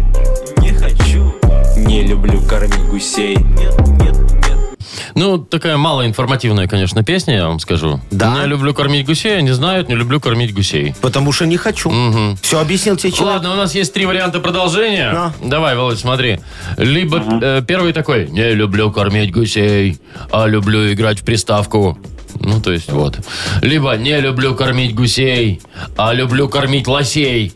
Speaker 6: Не люблю кормить гусей.
Speaker 2: Ну, такая малоинформативная, конечно, песня, я вам скажу.
Speaker 3: Да.
Speaker 2: Не люблю кормить гусей, они знают, не люблю кормить гусей.
Speaker 3: Потому что не хочу. Все объяснил тебе человек.
Speaker 2: Ладно, у нас есть 3 варианта продолжения.
Speaker 3: Ну.
Speaker 2: Давай, Володь, смотри. Либо первый такой: не люблю кормить гусей, а люблю играть в приставку. Ну, то есть, вот. Либо не люблю кормить гусей, а люблю кормить лосей.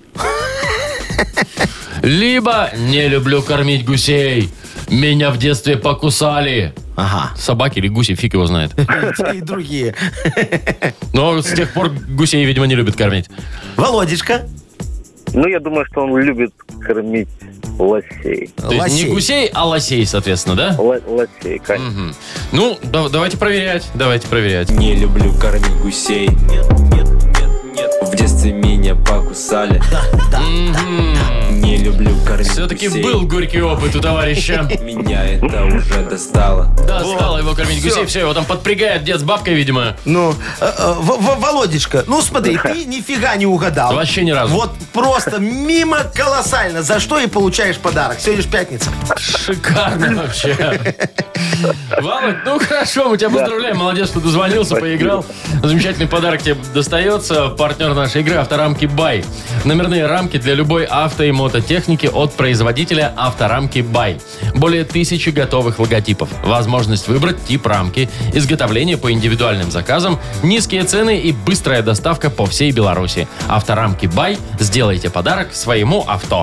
Speaker 2: Либо не люблю кормить гусей, меня в детстве покусали.
Speaker 3: Ага.
Speaker 2: Собаки или гуси, фиг его знает.
Speaker 3: Те и другие.
Speaker 2: Но с тех пор гусей, видимо, не любят кормить.
Speaker 3: Володечка.
Speaker 5: Ну, я думаю, что он любит кормить лосей.
Speaker 2: То есть не
Speaker 3: Лосей.
Speaker 2: гусей, а лосей, соответственно, да?
Speaker 5: Лосей, конечно.
Speaker 2: Мгм. Ну, давайте проверять. Давайте проверять.
Speaker 6: Не люблю кормить гусей. В детстве Гуси меня покусали. Не люблю кормить
Speaker 2: Все-таки
Speaker 6: гусей.
Speaker 2: был горький опыт у товарища.
Speaker 6: Меня это уже достало.
Speaker 2: Да, стало его кормить гусей, все, его там подпрягает дед с бабкой, видимо.
Speaker 3: Ну, Володечка, ну смотри, ты нифига не угадал.
Speaker 2: Вообще ни разу.
Speaker 3: Вот просто мимо колоссально. За что и получаешь подарок. Сегодня ж пятница.
Speaker 2: Шикарно вообще. Володь, ну хорошо, мы тебя поздравляем. Молодец, что дозвонился, поиграл. Замечательный подарок тебе достается. Партнер нашей игры — Авторамки Бай. Номерные рамки для любой авто и мототехники от производителя Авторамки Бай. Более 1000 готовых логотипов. Возможность выбрать тип рамки, изготовление по индивидуальным заказам, низкие цены и быстрая доставка по всей Беларуси. Авторамки Бай. Сделайте подарок своему авто.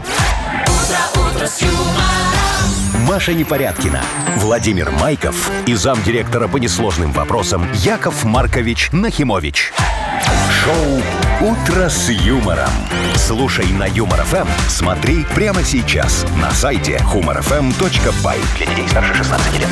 Speaker 1: Маша Непорядкина, Владимир Майков и замдиректора по несложным вопросам Яков Маркович Нахимович. Шоу «Утро с юмором». Слушай на Юмор ФМ, смотри прямо сейчас на сайте humorfm.by.
Speaker 4: Для детей старше 16 лет.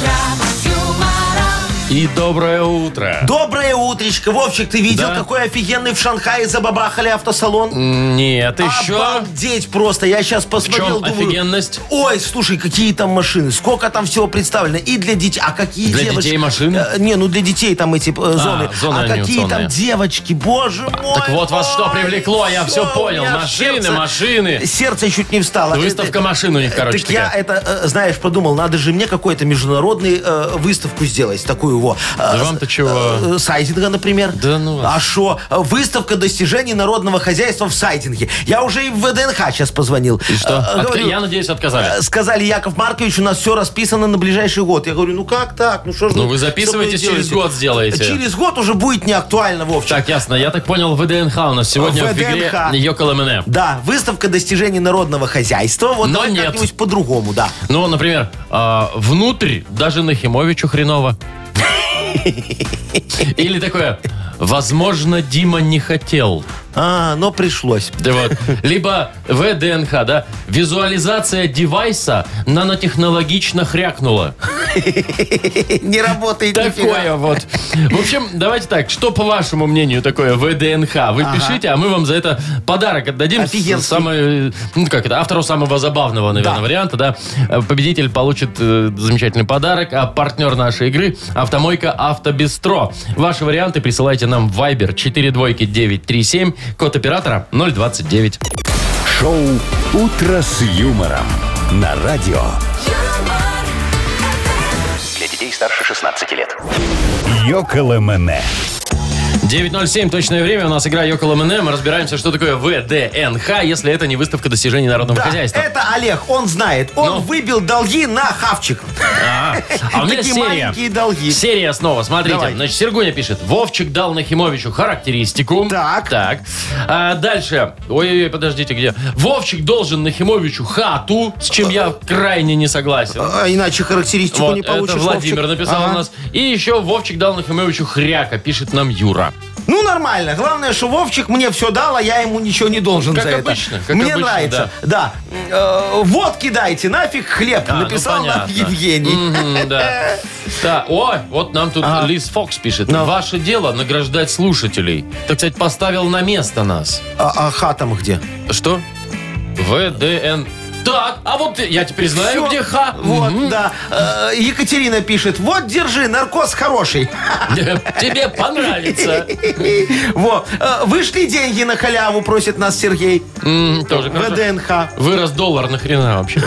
Speaker 2: И доброе утро.
Speaker 3: Доброе утречко. Вовчик, ты видел,
Speaker 2: Да.
Speaker 3: какой офигенный в Шанхае забабахали автосалон?
Speaker 2: Нет, еще.
Speaker 3: Обалдеть просто. Я сейчас
Speaker 2: В
Speaker 3: посмотрел,
Speaker 2: чем
Speaker 3: думаю...
Speaker 2: офигенность?
Speaker 3: Ой, слушай, какие там машины, сколько там всего представлено. И для детей, а какие
Speaker 2: Для
Speaker 3: девочки...
Speaker 2: детей машины?
Speaker 3: Не, ну для детей там эти зоны.
Speaker 2: зоны
Speaker 3: А какие
Speaker 2: анимационные.
Speaker 3: там девочки, боже мой.
Speaker 2: Так вот вас что
Speaker 3: ой,
Speaker 2: привлекло, я все
Speaker 3: у
Speaker 2: понял.
Speaker 3: меня
Speaker 2: Машины.
Speaker 3: Сердце чуть не встало.
Speaker 2: Выставка машин у них, короче,
Speaker 3: Так я это, знаешь, подумал, надо же мне какую-то международную выставку сделать, такую его.
Speaker 2: вам-то чего?
Speaker 3: Сайдинга, например.
Speaker 2: Да ну вас.
Speaker 3: А что? Выставка достижений народного хозяйства в сайдинге. Я уже и в ВДНХ сейчас позвонил.
Speaker 2: И что?
Speaker 3: Говорю,
Speaker 2: Я надеюсь, отказали.
Speaker 3: сказали, Яков Маркович, у нас все расписано на ближайший год. Я говорю, ну как так? Ну что ж
Speaker 2: Ну, вы записываетесь,
Speaker 3: что вы
Speaker 2: через
Speaker 3: делаете?
Speaker 2: год сделаете.
Speaker 3: Через год уже будет не актуально, Вовчик.
Speaker 2: Так, ясно. Я так понял, ВДНХ у нас сегодня в игре
Speaker 3: ВДНХ.
Speaker 2: Йоколэмэне.
Speaker 3: Да, выставка достижений народного хозяйства. Вот
Speaker 2: Но
Speaker 3: давай
Speaker 2: нет.
Speaker 3: как-нибудь по-другому, да.
Speaker 2: Ну, например, внутрь даже Нахимовичу хреново. Или такое, возможно, Дима не хотел.
Speaker 3: Но пришлось.
Speaker 2: Да вот. Либо ВДНХ, да, визуализация девайса нанотехнологично хрякнула.
Speaker 3: Не работает нифига.
Speaker 2: Такое вот. В общем, давайте так, что по вашему мнению такое ВДНХ? Вы пишите, а мы вам за это подарок отдадим.
Speaker 3: Офигенский.
Speaker 2: Самый, автору самого забавного, наверное,
Speaker 3: Да.
Speaker 2: варианта, да. Победитель получит замечательный подарок, а партнер нашей игры — автомойка «Автобестро». Ваши варианты присылайте нам в Viber 42937, код оператора 029.
Speaker 1: Шоу «Утро с юмором» на радио.
Speaker 4: Для детей старше 16 лет.
Speaker 1: Йоколэмэне.
Speaker 2: 9:07 точное время. У нас игра Йоколэмэне. Мы разбираемся, что такое ВДНХ, если это не выставка достижений народного
Speaker 3: Да,
Speaker 2: хозяйства.
Speaker 3: это Олег, он знает. Он
Speaker 2: Ну?
Speaker 3: выбил долги на хавчик.
Speaker 2: А у меня
Speaker 3: Такие
Speaker 2: серия.
Speaker 3: маленькие долги.
Speaker 2: Серия снова. Смотрите.
Speaker 3: Давай.
Speaker 2: Значит, Сергуня пишет. Вовчик дал Нахимовичу характеристику.
Speaker 3: Так.
Speaker 2: Дальше. Ой-ой-ой, подождите, где? Вовчик должен Нахимовичу хату, с чем я крайне не согласен.
Speaker 3: Иначе характеристику
Speaker 2: Вот,
Speaker 3: не получишь,
Speaker 2: это Владимир
Speaker 3: Вовчик.
Speaker 2: написал
Speaker 3: Ага.
Speaker 2: у нас. И еще Вовчик дал Нахимовичу хряка, пишет нам Юра.
Speaker 3: Ну, нормально. Главное, что Вовчик мне все дал, а я ему ничего не должен
Speaker 2: Как
Speaker 3: за
Speaker 2: обычно,
Speaker 3: это.
Speaker 2: как
Speaker 3: Мне
Speaker 2: обычно,
Speaker 3: нравится. Да. Вот кидайте, нафиг хлеб,
Speaker 2: А, ну,
Speaker 3: написал нам
Speaker 2: понятно.
Speaker 3: Евгений.
Speaker 2: Мгм, да. Да, ой, вот нам тут
Speaker 3: Ага.
Speaker 2: Лиз Фокс пишет.
Speaker 3: Ну.
Speaker 2: Ваше дело награждать слушателей. Так сказать, поставил на место нас.
Speaker 3: А хатам где?
Speaker 2: Что? ВДН. Так, а вот я теперь знаю,
Speaker 3: Всё.
Speaker 2: где Х.
Speaker 3: Вот,
Speaker 2: Мгм.
Speaker 3: да. Екатерина пишет, вот, держи, наркоз хороший.
Speaker 2: Тебе понравится.
Speaker 3: Вот. Вышли деньги на халяву, просит нас Сергей.
Speaker 2: Тоже хорошо.
Speaker 3: ВДНХ.
Speaker 2: Вырос доллар, нахрена вообще?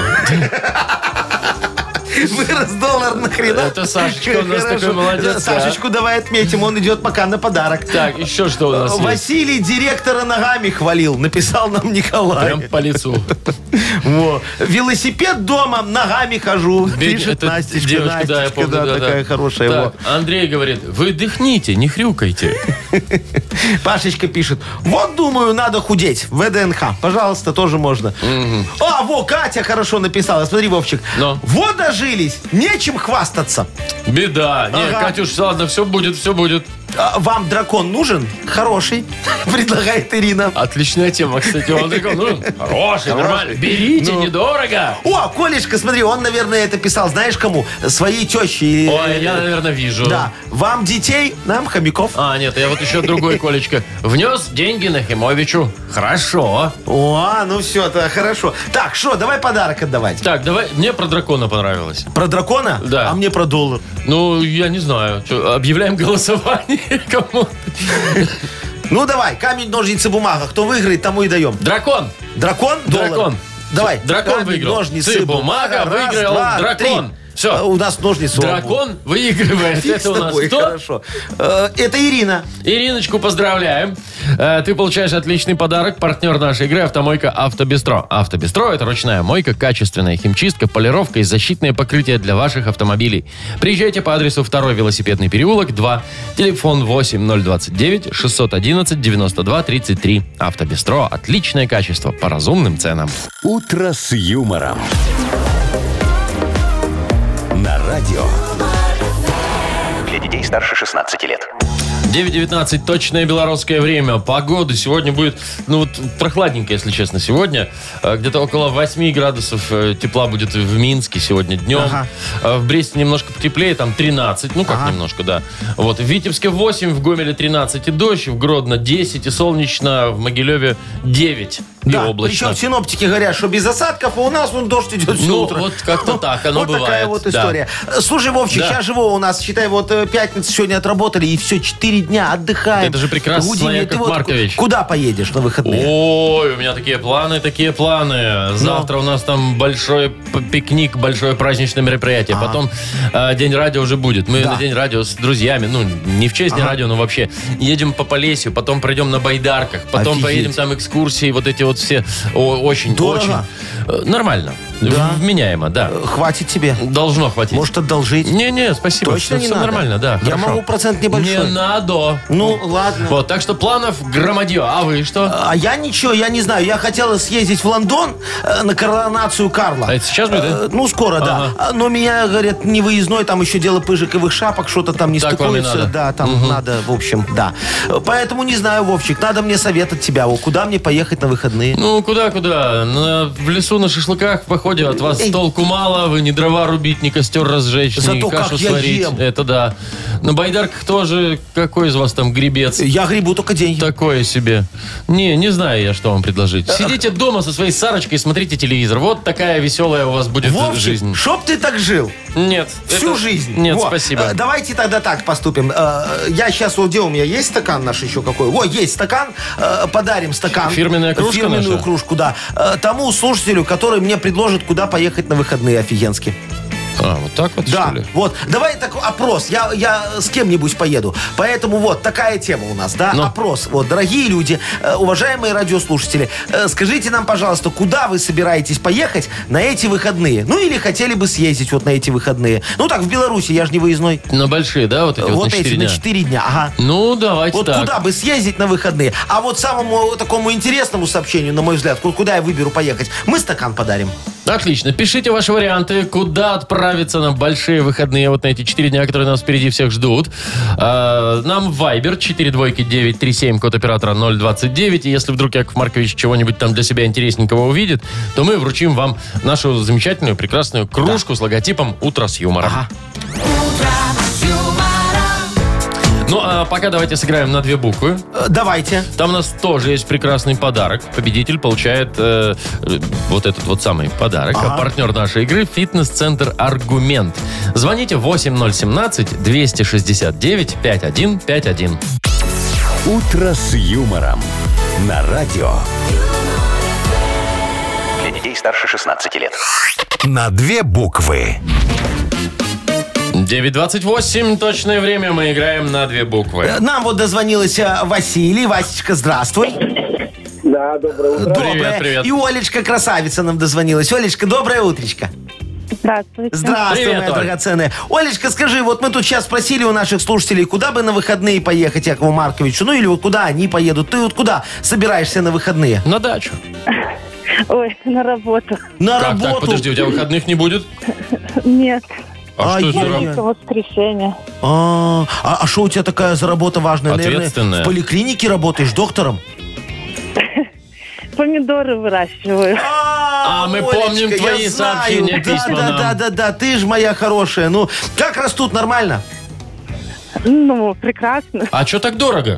Speaker 3: Вырос доллар нахрена.
Speaker 2: Это Сашечка у нас
Speaker 3: Хорошо.
Speaker 2: такой молодец, да.
Speaker 3: Сашечку давай отметим, он идет пока на подарок.
Speaker 2: Так, еще что у нас есть?
Speaker 3: Василий директора ногами хвалил, написал нам Николай.
Speaker 2: Прям по лицу.
Speaker 3: Во. Велосипед дома, ногами хожу. Пишет
Speaker 2: Это
Speaker 3: Настечка.
Speaker 2: девочка, да, я
Speaker 3: Настечка,
Speaker 2: помню.
Speaker 3: да,
Speaker 2: да,
Speaker 3: такая
Speaker 2: да.
Speaker 3: хорошая.
Speaker 2: Так, Андрей говорит, вы дыхните, не хрюкайте.
Speaker 3: Во. Пашечка пишет, вот думаю, надо худеть. ВДНХ. Пожалуйста, тоже можно. Катя хорошо написала. Смотри, Вовчик.
Speaker 2: Но.
Speaker 3: Вот дожились, нечем хвастаться.
Speaker 2: Беда. Не,
Speaker 3: Ага.
Speaker 2: Катюш, ладно, все будет, все будет.
Speaker 3: Вам дракон нужен? Хороший, предлагает Ирина.
Speaker 2: Отличная тема, кстати. Он такой, хороший, нормально. Берите, недорого.
Speaker 3: О, Колечка, смотри, он, наверное, это писал, знаешь кому? Своей теще.
Speaker 2: Ой, я, наверное, вижу.
Speaker 3: Да. Вам детей, нам хомяков.
Speaker 2: Нет, я вот еще другой, Колечка. Внес деньги Нахимовичу. Хорошо.
Speaker 3: О, ну все, это хорошо. Так, что, давай подарок отдавать.
Speaker 2: Так, давай, мне про дракона понравилось.
Speaker 3: Про дракона?
Speaker 2: Да.
Speaker 3: А мне про доллар.
Speaker 2: Ну, я не знаю. Что, объявляем голосование кому?
Speaker 3: Ну давай, камень, ножницы, бумага. Кто выиграет, тому и даем.
Speaker 2: Дракон.
Speaker 3: Дракон? Доллар.
Speaker 2: Дракон.
Speaker 3: Давай.
Speaker 2: Дракон
Speaker 3: камень,
Speaker 2: выиграл.
Speaker 3: ножницы,
Speaker 2: бумага.
Speaker 3: Раз,
Speaker 2: Выиграл
Speaker 3: два,
Speaker 2: дракон.
Speaker 3: три.
Speaker 2: Все.
Speaker 3: У нас ножницы.
Speaker 2: Дракон выигрывает.
Speaker 3: Фиг
Speaker 2: Это
Speaker 3: с
Speaker 2: у нас
Speaker 3: тобой,
Speaker 2: кто?
Speaker 3: хорошо. Это Ирина.
Speaker 2: Ириночку поздравляем. Ты получаешь отличный подарок. Партнер нашей игры — «Автомойка Автобестро». «Автобестро» — это ручная мойка, качественная химчистка, полировка и защитное покрытие для ваших автомобилей. Приезжайте по адресу 2-й велосипедный переулок, 2. Телефон 8029 611 92 33. «Автобестро» — отличное качество по разумным ценам.
Speaker 1: «Утро с юмором». На радио.
Speaker 4: Для детей старше 16 лет.
Speaker 2: 9:19, точное белорусское время. Погода сегодня будет, прохладненько, если честно, сегодня. Где-то около 8 градусов тепла будет в Минске сегодня днем.
Speaker 3: Ага.
Speaker 2: В Бресте немножко потеплее, там 13. Немножко, да. Вот. В Витебске 8, в Гомеле 13 и дождь, в Гродно 10 и солнечно, в Могилеве 9 и
Speaker 3: Да,
Speaker 2: облачно.
Speaker 3: причем синоптики говорят, что без осадков, а у нас дождь идет все утро.
Speaker 2: Вот как-то так оно
Speaker 3: вот
Speaker 2: бывает.
Speaker 3: такая вот
Speaker 2: да.
Speaker 3: история. Слушай, Вовчик,
Speaker 2: Да.
Speaker 3: сейчас живо у нас, считай, пятница сегодня отработали, и все, 4 дня отдыхаем.
Speaker 2: Это же прекрасно,
Speaker 3: Гудини,
Speaker 2: Яков
Speaker 3: ты
Speaker 2: Маркович.
Speaker 3: Куда поедешь на выходные?
Speaker 2: Ой, у меня такие планы. Завтра у нас там большой пикник, большое праздничное мероприятие. Потом День радио уже будет. Мы на День радио с друзьями, не в честь Дня радио, но вообще едем по Полесью, потом пройдем на байдарках, потом
Speaker 3: Офигеть.
Speaker 2: поедем там экскурсии, вот эти вот все. Очень
Speaker 3: Дорого?
Speaker 2: нормально.
Speaker 3: Да?
Speaker 2: Вменяемо, да.
Speaker 3: Хватит тебе.
Speaker 2: Должно хватить.
Speaker 3: Может, одолжить?
Speaker 2: Не, спасибо.
Speaker 3: Точно не
Speaker 2: все
Speaker 3: надо?
Speaker 2: нормально, да.
Speaker 3: Я
Speaker 2: хорошо.
Speaker 3: могу процент небольшой.
Speaker 2: Не надо.
Speaker 3: Ну, ладно.
Speaker 2: Вот, так что планов громадье. А вы что?
Speaker 3: А я ничего, я не знаю. Я хотела съездить в Лондон на коронацию Карла.
Speaker 2: А это сейчас будет, да?
Speaker 3: Ну, скоро, да. Но меня, говорят, не выездной, там еще дело пыжиковых шапок, что-то там не
Speaker 2: Так вам и
Speaker 3: стыкуется.
Speaker 2: надо.
Speaker 3: Да, там надо, в общем, да. Поэтому не знаю, Вовчик, надо мне совет от тебя. Куда мне поехать на выходные?
Speaker 2: Ну, куда? В лесу на шашлыках, в походе от вас толку мало. Вы ни дрова рубить, ни костер разжечь,
Speaker 3: Зато
Speaker 2: ни кашу
Speaker 3: как я
Speaker 2: сварить.
Speaker 3: ем.
Speaker 2: Это да. На байдарках тоже. Какой из вас там гребец?
Speaker 3: Я гребу только деньги.
Speaker 2: Такое себе. Не знаю я, что вам предложить. Сидите дома со своей Сарочкой и смотрите телевизор. Вот такая веселая у вас будет
Speaker 3: Вовчик,
Speaker 2: жизнь.
Speaker 3: чтоб ты так жил.
Speaker 2: Нет.
Speaker 3: Всю жизнь.
Speaker 2: Нет,
Speaker 3: Вот.
Speaker 2: спасибо.
Speaker 3: Давайте тогда так поступим. Я сейчас, где у меня есть стакан наш еще какой? Есть стакан. Подарим стакан.
Speaker 2: Фирменная кружка
Speaker 3: Фирменную
Speaker 2: наша?
Speaker 3: кружку, да. Тому слушателю, который мне предложит, куда поехать на выходные офигенски.
Speaker 2: Вот так вот,
Speaker 3: Да,
Speaker 2: что ли?
Speaker 3: вот. Давай такой опрос. Я с кем-нибудь поеду. Поэтому вот такая тема у нас, да?
Speaker 2: Ну.
Speaker 3: Опрос. Вот, дорогие люди, уважаемые радиослушатели, скажите нам, пожалуйста, куда вы собираетесь поехать на эти выходные? Ну, или хотели бы съездить вот на эти выходные. Ну, так, в Беларуси, я же не выездной.
Speaker 2: На большие, да, вот эти вот,
Speaker 3: Вот
Speaker 2: на
Speaker 3: эти
Speaker 2: 4
Speaker 3: на
Speaker 2: дня?
Speaker 3: 4 дня, ага.
Speaker 2: Ну, давайте
Speaker 3: Вот
Speaker 2: так.
Speaker 3: куда бы съездить на выходные? А вот самому такому интересному сообщению, на мой взгляд, куда я выберу поехать, мы стакан подарим.
Speaker 2: Отлично. Пишите ваши варианты, куда отправиться на большие выходные, вот на эти 4 дня, которые нас впереди всех ждут. Нам в Viber 42937, код оператора 029. И если вдруг Яков Маркович чего-нибудь там для себя интересненького увидит, то мы вручим вам нашу замечательную, прекрасную кружку с логотипом «Утро с юмором».
Speaker 3: Ага.
Speaker 2: Ну, а пока давайте сыграем на 2 буквы.
Speaker 3: Давайте.
Speaker 2: Там у нас тоже есть прекрасный подарок. Победитель получает вот этот вот самый подарок. А партнер нашей игры — фитнес-центр «Аргумент». Звоните 8017-269-5151.
Speaker 1: «Утро с юмором» на радио.
Speaker 4: Для детей старше 16 лет.
Speaker 1: На 2 буквы.
Speaker 2: 9:28, точное время, мы играем на 2 буквы.
Speaker 3: Нам вот дозвонилась Василий. Васечка, здравствуй.
Speaker 5: Да, доброе утро.
Speaker 3: Доброе.
Speaker 2: Привет.
Speaker 3: И Олечка, красавица, нам дозвонилась. Олечка, доброе утречко.
Speaker 7: Здравствуйте.
Speaker 3: Здравствуй,
Speaker 2: Привет,
Speaker 3: моя
Speaker 2: Оль.
Speaker 3: драгоценная. Олечка, скажи, вот мы тут сейчас спросили у наших слушателей, куда бы на выходные поехать Якову Марковичу, ну или вот куда они поедут. Ты вот куда собираешься на выходные?
Speaker 2: На дачу.
Speaker 7: Ой, на работу.
Speaker 3: На
Speaker 2: Как
Speaker 3: работу?
Speaker 2: так? Подожди, у тебя выходных не будет?
Speaker 7: Нет.
Speaker 2: А что это за
Speaker 3: Ай-яй-яй.
Speaker 2: работа?
Speaker 7: Воскресенье.
Speaker 3: А что у тебя такая за работа важная? Наверное,
Speaker 2: Ответственная.
Speaker 3: в поликлинике работаешь доктором?
Speaker 7: Помидоры выращиваю.
Speaker 2: Мы
Speaker 3: Олечка,
Speaker 2: помним
Speaker 3: я
Speaker 2: твои
Speaker 3: знаю.
Speaker 2: сообщения, письма нам.
Speaker 3: Да, ты же моя хорошая. Ну, как растут, нормально?
Speaker 7: Ну, прекрасно.
Speaker 2: А что так дорого?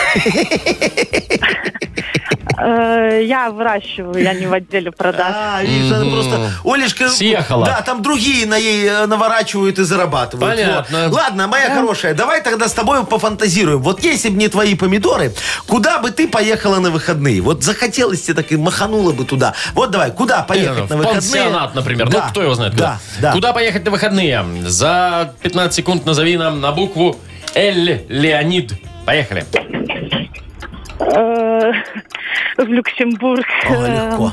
Speaker 7: Я выращиваю, я не в отделе продаж.
Speaker 3: Видишь, она просто... Олечка...
Speaker 2: Съехала.
Speaker 3: Да, там другие на ей наворачивают и зарабатывают.
Speaker 2: Понятно.
Speaker 3: Вот. Ладно, моя хорошая, давай тогда с тобой пофантазируем. Вот если бы не твои помидоры, куда бы ты поехала на выходные? Вот захотелось тебе так и маханула бы туда. Вот давай, куда поехать на
Speaker 2: В
Speaker 3: выходные?
Speaker 2: пансионат, например.
Speaker 3: Да.
Speaker 2: Ну, кто его знает куда.
Speaker 3: Да.
Speaker 2: Куда поехать на выходные? За 15 секунд назови нам на букву Л. Леонид. Поехали.
Speaker 7: В Люксембург.
Speaker 3: О, легко.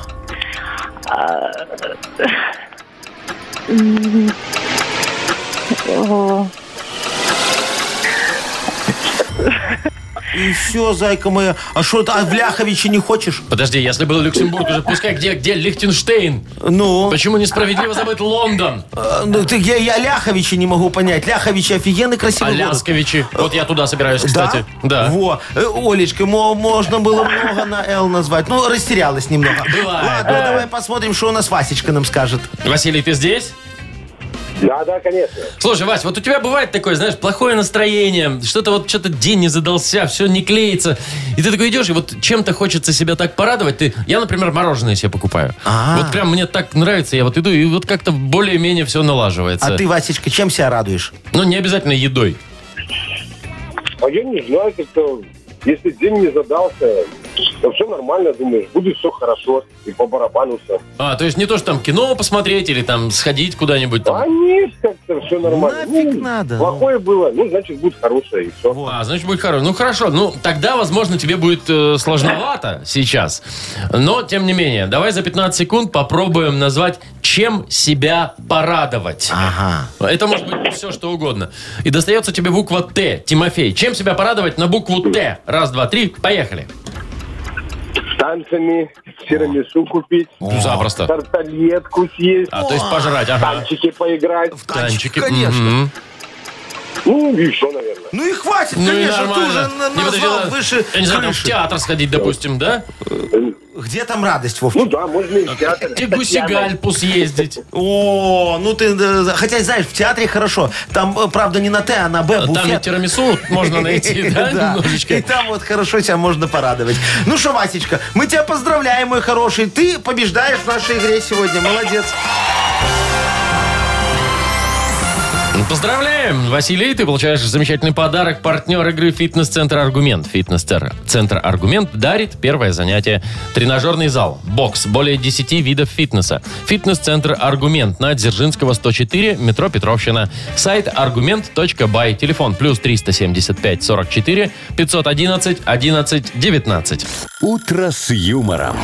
Speaker 3: И все, зайка моя. А что ты, в Ляховиче не хочешь?
Speaker 2: Подожди, если был Люксембург, уже пускай где Лихтенштейн?
Speaker 3: Ну?
Speaker 2: Почему несправедливо забыт Лондон?
Speaker 3: Ну, я Ляховича не могу понять. Ляховичи офигенный красивый город.
Speaker 2: Алясковичи. Вот я туда собираюсь, кстати. Да.
Speaker 3: Во. Олечка, можно было много на «Л» назвать. Ну, растерялась немного.
Speaker 2: Бывает,
Speaker 3: Ладно,
Speaker 2: бывает.
Speaker 3: давай посмотрим, что у нас Васечка нам скажет.
Speaker 2: Василий, ты здесь?
Speaker 5: Да, конечно.
Speaker 2: Слушай, Вась, вот у тебя бывает такое, знаешь, плохое настроение, что-то день не задался, все не клеится. И ты такой идешь, и вот чем-то хочется себя так порадовать. Я, например, мороженое себе покупаю. Вот прям мне так нравится, я вот иду, и вот как-то более-менее все налаживается.
Speaker 3: А ты, Васечка, чем себя радуешь?
Speaker 2: Ну, не обязательно едой.
Speaker 5: А я не знаю, как-то, если день не задался, то все нормально, думаешь, будет все хорошо, и по барабану все.
Speaker 2: То есть не то, что там кино посмотреть или там сходить куднибудь там.
Speaker 5: А нет, как-то все нормально.
Speaker 3: Нафиг надо.
Speaker 5: Плохое было, значит, будет хорошее, и все.
Speaker 2: Значит, будет хорошо. Ну, хорошо. Ну, тогда, возможно, тебе будет сложновато сейчас. Но, тем не менее, давай за 15 секунд попробуем назвать, чем себя порадовать.
Speaker 3: Ага.
Speaker 2: Это может быть все, что угодно. И достается тебе буква Т. Тимофей, чем себя порадовать на букву Т? Раз, два, три, поехали.
Speaker 5: Танцами, тирамису купить,
Speaker 2: Запросто.
Speaker 5: тарталетку съесть,
Speaker 2: То есть пожрать, ага.
Speaker 5: танчики поиграть.
Speaker 2: Танчики,
Speaker 3: конечно.
Speaker 2: мгм.
Speaker 5: Ну, и все, наверное.
Speaker 3: Ну и хватит,
Speaker 2: Ну и
Speaker 3: конечно, ты
Speaker 2: нормально.
Speaker 3: уже
Speaker 2: Не, подожди,
Speaker 3: назвал
Speaker 2: да.
Speaker 3: выше
Speaker 2: Я не знаю, там в
Speaker 3: крыши.
Speaker 2: театр сходить, допустим, да?
Speaker 3: Где там радость, Вовчик?
Speaker 5: Ну да, можно и в театр.
Speaker 2: И Гусигальпу съездить.
Speaker 3: О, ну ты... Хотя, знаешь, в театре хорошо. Там, правда, не на Т, а на Б
Speaker 2: Там и
Speaker 3: буфет.
Speaker 2: тирамису можно найти, да,
Speaker 3: Да. И
Speaker 2: немножечко?
Speaker 3: там вот хорошо тебя можно порадовать. Ну что, Васечка, мы тебя поздравляем, мой хороший. Ты побеждаешь в нашей игре сегодня. Молодец.
Speaker 2: Поздравляем, Василий, ты получаешь замечательный подарок. Партнер игры «Фитнес-центр Аргумент». «Фитнес-центр Аргумент» дарит первое занятие. Тренажерный зал, бокс, более 10 видов фитнеса. «Фитнес-центр Аргумент» на Дзержинского, 104, метро Петровщина. Сайт argument.by. Телефон плюс 375 44 511 11 19.
Speaker 1: «Утро с юмором».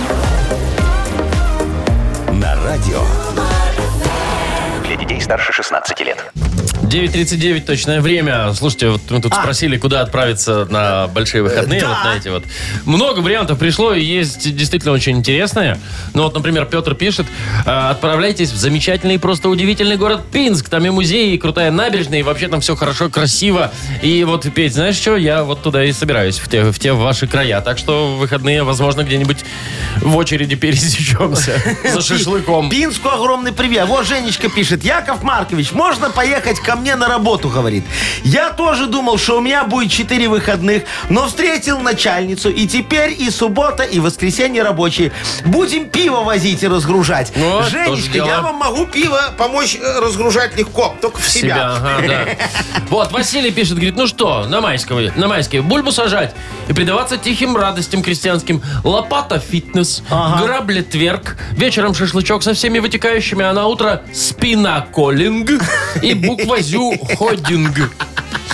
Speaker 1: На радио.
Speaker 4: Для детей старше 16 лет.
Speaker 2: 9:39 точное время. Слушайте, вот мы тут спросили, куда отправиться на большие выходные.
Speaker 3: Да.
Speaker 2: Вот на эти вот. Много вариантов пришло, и есть действительно очень интересные. Ну вот, например, Петр пишет: отправляйтесь в замечательный и просто удивительный город Пинск. Там и музей, и крутая набережная, и вообще там все хорошо, красиво. И вот, Петь, знаешь что? Я вот туда и собираюсь, в те ваши края. Так что в выходные, возможно, где-нибудь в очереди пересечемся за шашлыком.
Speaker 3: Пинску огромный привет. Вот Женечка пишет: Яков Маркович, можно поехать ко мне на работу, говорит. Я тоже думал, что у меня будет 4 выходных, но встретил начальницу, и теперь и суббота, и воскресенье рабочие. Будем пиво возить и разгружать.
Speaker 2: Вот, тоже
Speaker 3: Женечка,
Speaker 2: дело.
Speaker 3: я вам могу пиво помочь разгружать легко, только в себя.
Speaker 2: Ага, да. Вот, Василий пишет, говорит, ну что, на майские бульбу сажать и предаваться тихим радостям крестьянским. Лопата фитнес, грабли тверк, вечером шашлычок со всеми вытекающими, а на утро спина коллинг и буква зю ходинг.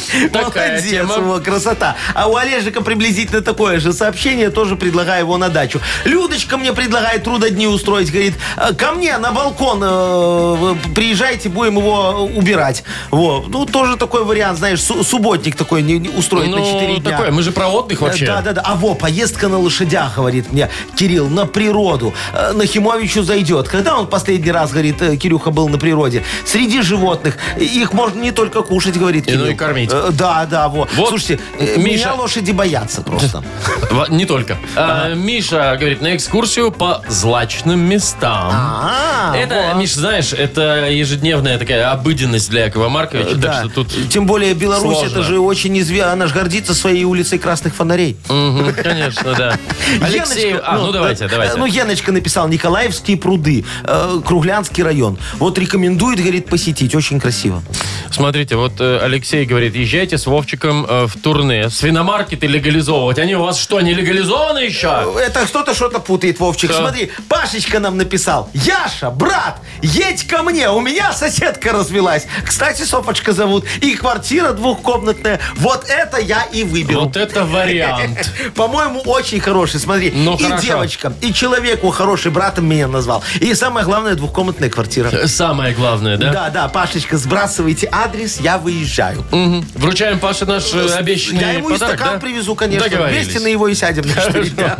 Speaker 2: Такая
Speaker 3: Молодец,
Speaker 2: тема.
Speaker 3: во, красота. А у Олежика приблизительно такое же сообщение, тоже предлагаю его на дачу. Людочка мне предлагает трудодни устроить, говорит, ко мне на балкон приезжайте, будем его убирать. Вот. Ну, тоже такой вариант, знаешь, субботник такой устроить на 4 дня.
Speaker 2: Такое, мы же про отдых вообще.
Speaker 3: Да. А поездка на лошадях, говорит мне Кирилл, на природу. Нахимовичу зайдет. Когда он последний раз, говорит, Кирюха был на природе? Среди животных. Их можно не только кушать, говорит Кирилл.
Speaker 2: Ну и кормить.
Speaker 3: Да, вот. Слушайте,
Speaker 2: Миша...
Speaker 3: меня лошади боятся просто.
Speaker 2: Не только. Миша говорит, на экскурсию по злачным местам. Это, Миш, знаешь, это ежедневная такая обыденность для Якова Марковича.
Speaker 3: Да.
Speaker 2: Так что тут
Speaker 3: Тем более Беларусь,
Speaker 2: сложно.
Speaker 3: это же очень известно. Она же гордится своей улицей красных фонарей.
Speaker 2: Конечно, да. Алексей... давайте.
Speaker 3: Еночка написал Николаевские пруды, Круглянский район. Вот рекомендует, говорит, посетить. Очень красиво.
Speaker 2: Смотрите, вот Алексей говорит, езжайте с Вовчиком в турне. Свиномаркеты легализовывать. Они у вас что, не легализованы еще?
Speaker 3: Это кто-то что-то путает, Вовчик.
Speaker 2: Что?
Speaker 3: Смотри, Пашечка нам написал. Яша, брат, едь ко мне. У меня соседка развелась. Кстати, Софочка зовут. И квартира двухкомнатная. Вот это я и выберу.
Speaker 2: Вот это вариант.
Speaker 3: По-моему, очень хороший. Смотри,
Speaker 2: Ну,
Speaker 3: и
Speaker 2: хорошо.
Speaker 3: девочка, и человеку хороший братом меня назвал. И самое главное, двухкомнатная квартира.
Speaker 2: Самое главное, да?
Speaker 3: Да, Пашечка, сбрасывайте адрес, я выезжаю.
Speaker 2: Вручаем Паше наш обещанный
Speaker 3: Я ему и
Speaker 2: подарок,
Speaker 3: стакан
Speaker 2: да?
Speaker 3: привезу, конечно.
Speaker 2: Договорились.
Speaker 3: Вместе на его и сядем на 4 дня.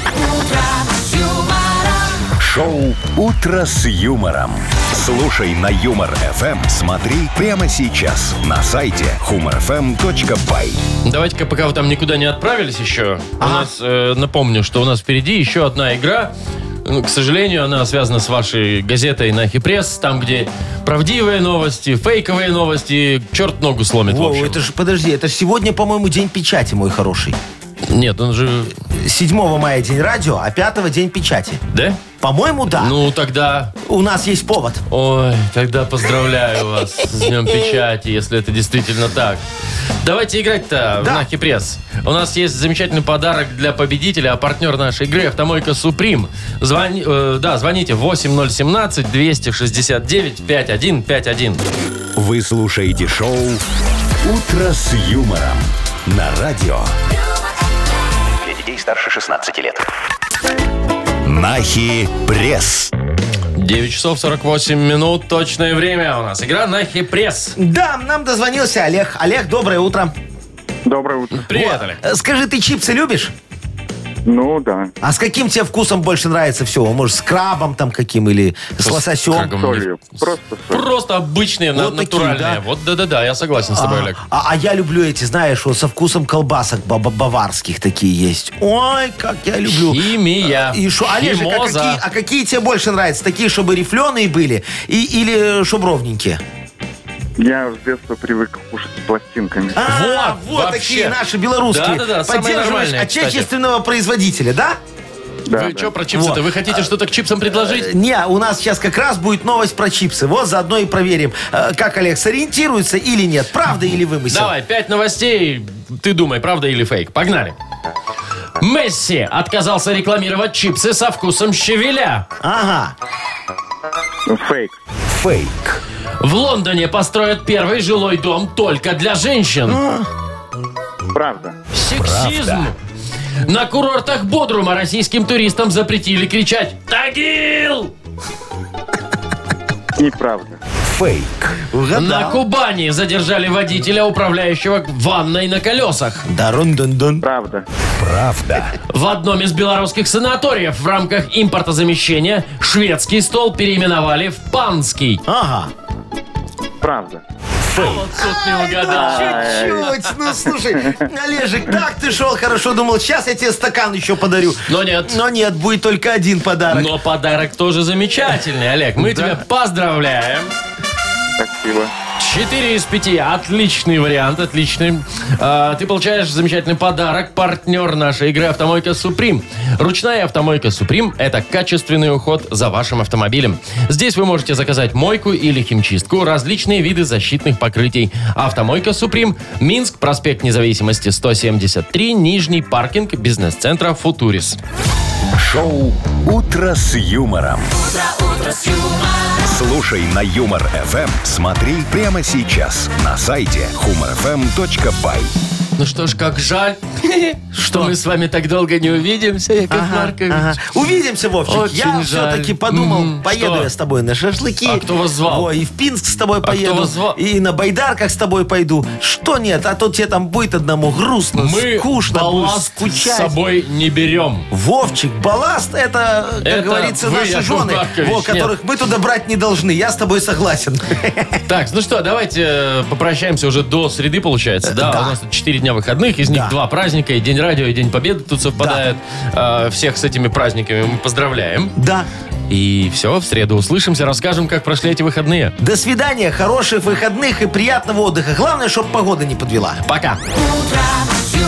Speaker 1: Шоу «Утро с юмором». Слушай на Юмор ФМ. Смотри прямо сейчас на сайте humorfm.by.
Speaker 2: Давайте-ка, пока вы там никуда не отправились еще, у нас, напомню, что у нас впереди еще одна игра. Ну, к сожалению, она связана с вашей газетой «Нахи Пресс», там, где правдивые новости, фейковые новости, черт ногу сломит, в
Speaker 3: Воу,
Speaker 2: общем.
Speaker 3: это же, подожди, это же сегодня, по-моему, день печати, мой хороший.
Speaker 2: Нет, он же...
Speaker 3: 7 мая день радио, а 5 день печати.
Speaker 2: Да?
Speaker 3: По-моему, да.
Speaker 2: Ну, тогда...
Speaker 3: У нас есть повод.
Speaker 2: Ой, тогда поздравляю вас с Днем Печати, если это действительно так. Давайте играть-то в
Speaker 3: Да.
Speaker 2: Нахи Пресс. У нас есть замечательный подарок для победителя, а партнер нашей игры — «Автомойка Суприм». Звоните 8017-269-5151.
Speaker 1: Вы слушаете шоу «Утро с юмором» на радио.
Speaker 4: Для детей старше 16 лет.
Speaker 1: Нахи Пресс.
Speaker 2: 9 часов 48 минут, точное время у нас. Игра Нахи Пресс.
Speaker 3: Да, нам дозвонился Олег. Олег, доброе утро.
Speaker 5: Доброе утро.
Speaker 2: Привет, Олег.
Speaker 3: Скажи, ты чипсы любишь?
Speaker 5: Ну, да.
Speaker 3: А с каким тебе вкусом больше нравится всего? Может, с крабом там каким или с лососем?
Speaker 2: крабом?
Speaker 5: Солью. Просто соль.
Speaker 2: Просто обычные,
Speaker 3: Вот такие,
Speaker 2: натуральные.
Speaker 3: да?
Speaker 2: Вот да-да-да, я согласен с тобой, Олег.
Speaker 3: А я люблю эти, знаешь, вот со вкусом колбасок баварских такие есть. Ой, как я люблю.
Speaker 2: Химия.
Speaker 3: И шо, Олежек,
Speaker 2: Химоза.
Speaker 3: какие тебе больше нравятся? Такие, чтобы рифленые были или чтобы ровненькие?
Speaker 5: Я с детства привык кушать с пластинками.
Speaker 3: Вот
Speaker 2: вообще.
Speaker 3: такие наши белорусские.
Speaker 2: Да-да-да, самые
Speaker 3: Поддерживаешь
Speaker 2: нормальные, кстати.
Speaker 3: отечественного производителя, да?
Speaker 5: Да,
Speaker 2: Вы
Speaker 5: да.
Speaker 2: что про чипсы-то?
Speaker 3: Вот.
Speaker 2: Вы хотите что-то к чипсам предложить?
Speaker 3: Не, у нас сейчас как раз будет новость про чипсы. Вот заодно и проверим, как Олег сориентируется или нет. Правда или вымысел?
Speaker 2: Давай, 5 новостей. Ты думай, правда или фейк. Погнали. Месси отказался рекламировать чипсы со вкусом щавеля.
Speaker 3: Ага.
Speaker 5: Фейк.
Speaker 1: Фейк.
Speaker 2: В Лондоне построят первый жилой дом только для женщин.
Speaker 5: Правда.
Speaker 2: Сексизм. На курортах Бодрума российским туристам запретили кричать «Тагил!».
Speaker 5: Неправда.
Speaker 1: Фейк.
Speaker 3: Угадал.
Speaker 2: На Кубани задержали водителя, управляющего ванной на колесах.
Speaker 3: Дарун-дун-дун.
Speaker 5: Правда.
Speaker 1: Правда.
Speaker 2: В одном из белорусских санаториев в рамках импортозамещения шведский стол переименовали в панский.
Speaker 3: Ага.
Speaker 5: Правда.
Speaker 2: Вот тут не угадал.
Speaker 3: Чуть-чуть. Ну, слушай, Олежек, так ты шел хорошо. Думал, сейчас я тебе стакан еще подарю.
Speaker 2: Но нет.
Speaker 3: Но нет, будет только один подарок.
Speaker 2: Но подарок тоже замечательный, Олег. Мы тебя поздравляем.
Speaker 5: Спасибо.
Speaker 2: 4 из 5. Отличный вариант, отличный. Ты получаешь замечательный подарок. Партнер нашей игры «Автомойка Суприм». Ручная «Автомойка Суприм» — это качественный уход за вашим автомобилем. Здесь вы можете заказать мойку или химчистку, различные виды защитных покрытий. «Автомойка Суприм», Минск, проспект Независимости, 173, Нижний паркинг бизнес-центра «Футурис».
Speaker 1: Шоу «Утро с юмором». Слушай на Юмор ФМ. Смотри прямо сейчас на сайте humorfm.by.
Speaker 2: Ну что ж, как жаль, что мы с вами так долго не увидимся, Яков Маркович.
Speaker 3: Увидимся, Вовчик.
Speaker 2: Очень
Speaker 3: Я
Speaker 2: жаль.
Speaker 3: все-таки подумал, поеду
Speaker 2: что?
Speaker 3: я с тобой на шашлыки.
Speaker 2: А кто вас звал?
Speaker 3: Ой, и в Пинск с тобой
Speaker 2: кто
Speaker 3: поеду.
Speaker 2: вас звал?
Speaker 3: И на байдарках с тобой пойду. Что нет, а то тебе там будет одному грустно,
Speaker 2: Мы
Speaker 3: скучно, будешь
Speaker 2: балласт
Speaker 3: скучать.
Speaker 2: с собой не берем.
Speaker 3: Вовчик, балласт это, как
Speaker 2: Это
Speaker 3: говорится,
Speaker 2: вы,
Speaker 3: наши
Speaker 2: Яков
Speaker 3: жены,
Speaker 2: Маркович,
Speaker 3: которых мы туда брать не должны. Я с тобой согласен.
Speaker 2: Так, ну что, давайте попрощаемся уже до среды, получается. Да,
Speaker 3: Да.
Speaker 2: у нас тут 4 дня выходных, из них
Speaker 3: Да.
Speaker 2: 2 праздника, и День радио, и День Победы тут совпадает. Всех с этими праздниками мы поздравляем.
Speaker 3: Да.
Speaker 2: И все, в среду услышимся, расскажем, как прошли эти выходные.
Speaker 3: До свидания, хороших выходных и приятного отдыха. Главное, чтобы погода не подвела.
Speaker 2: Пока.
Speaker 8: Утро с юмором.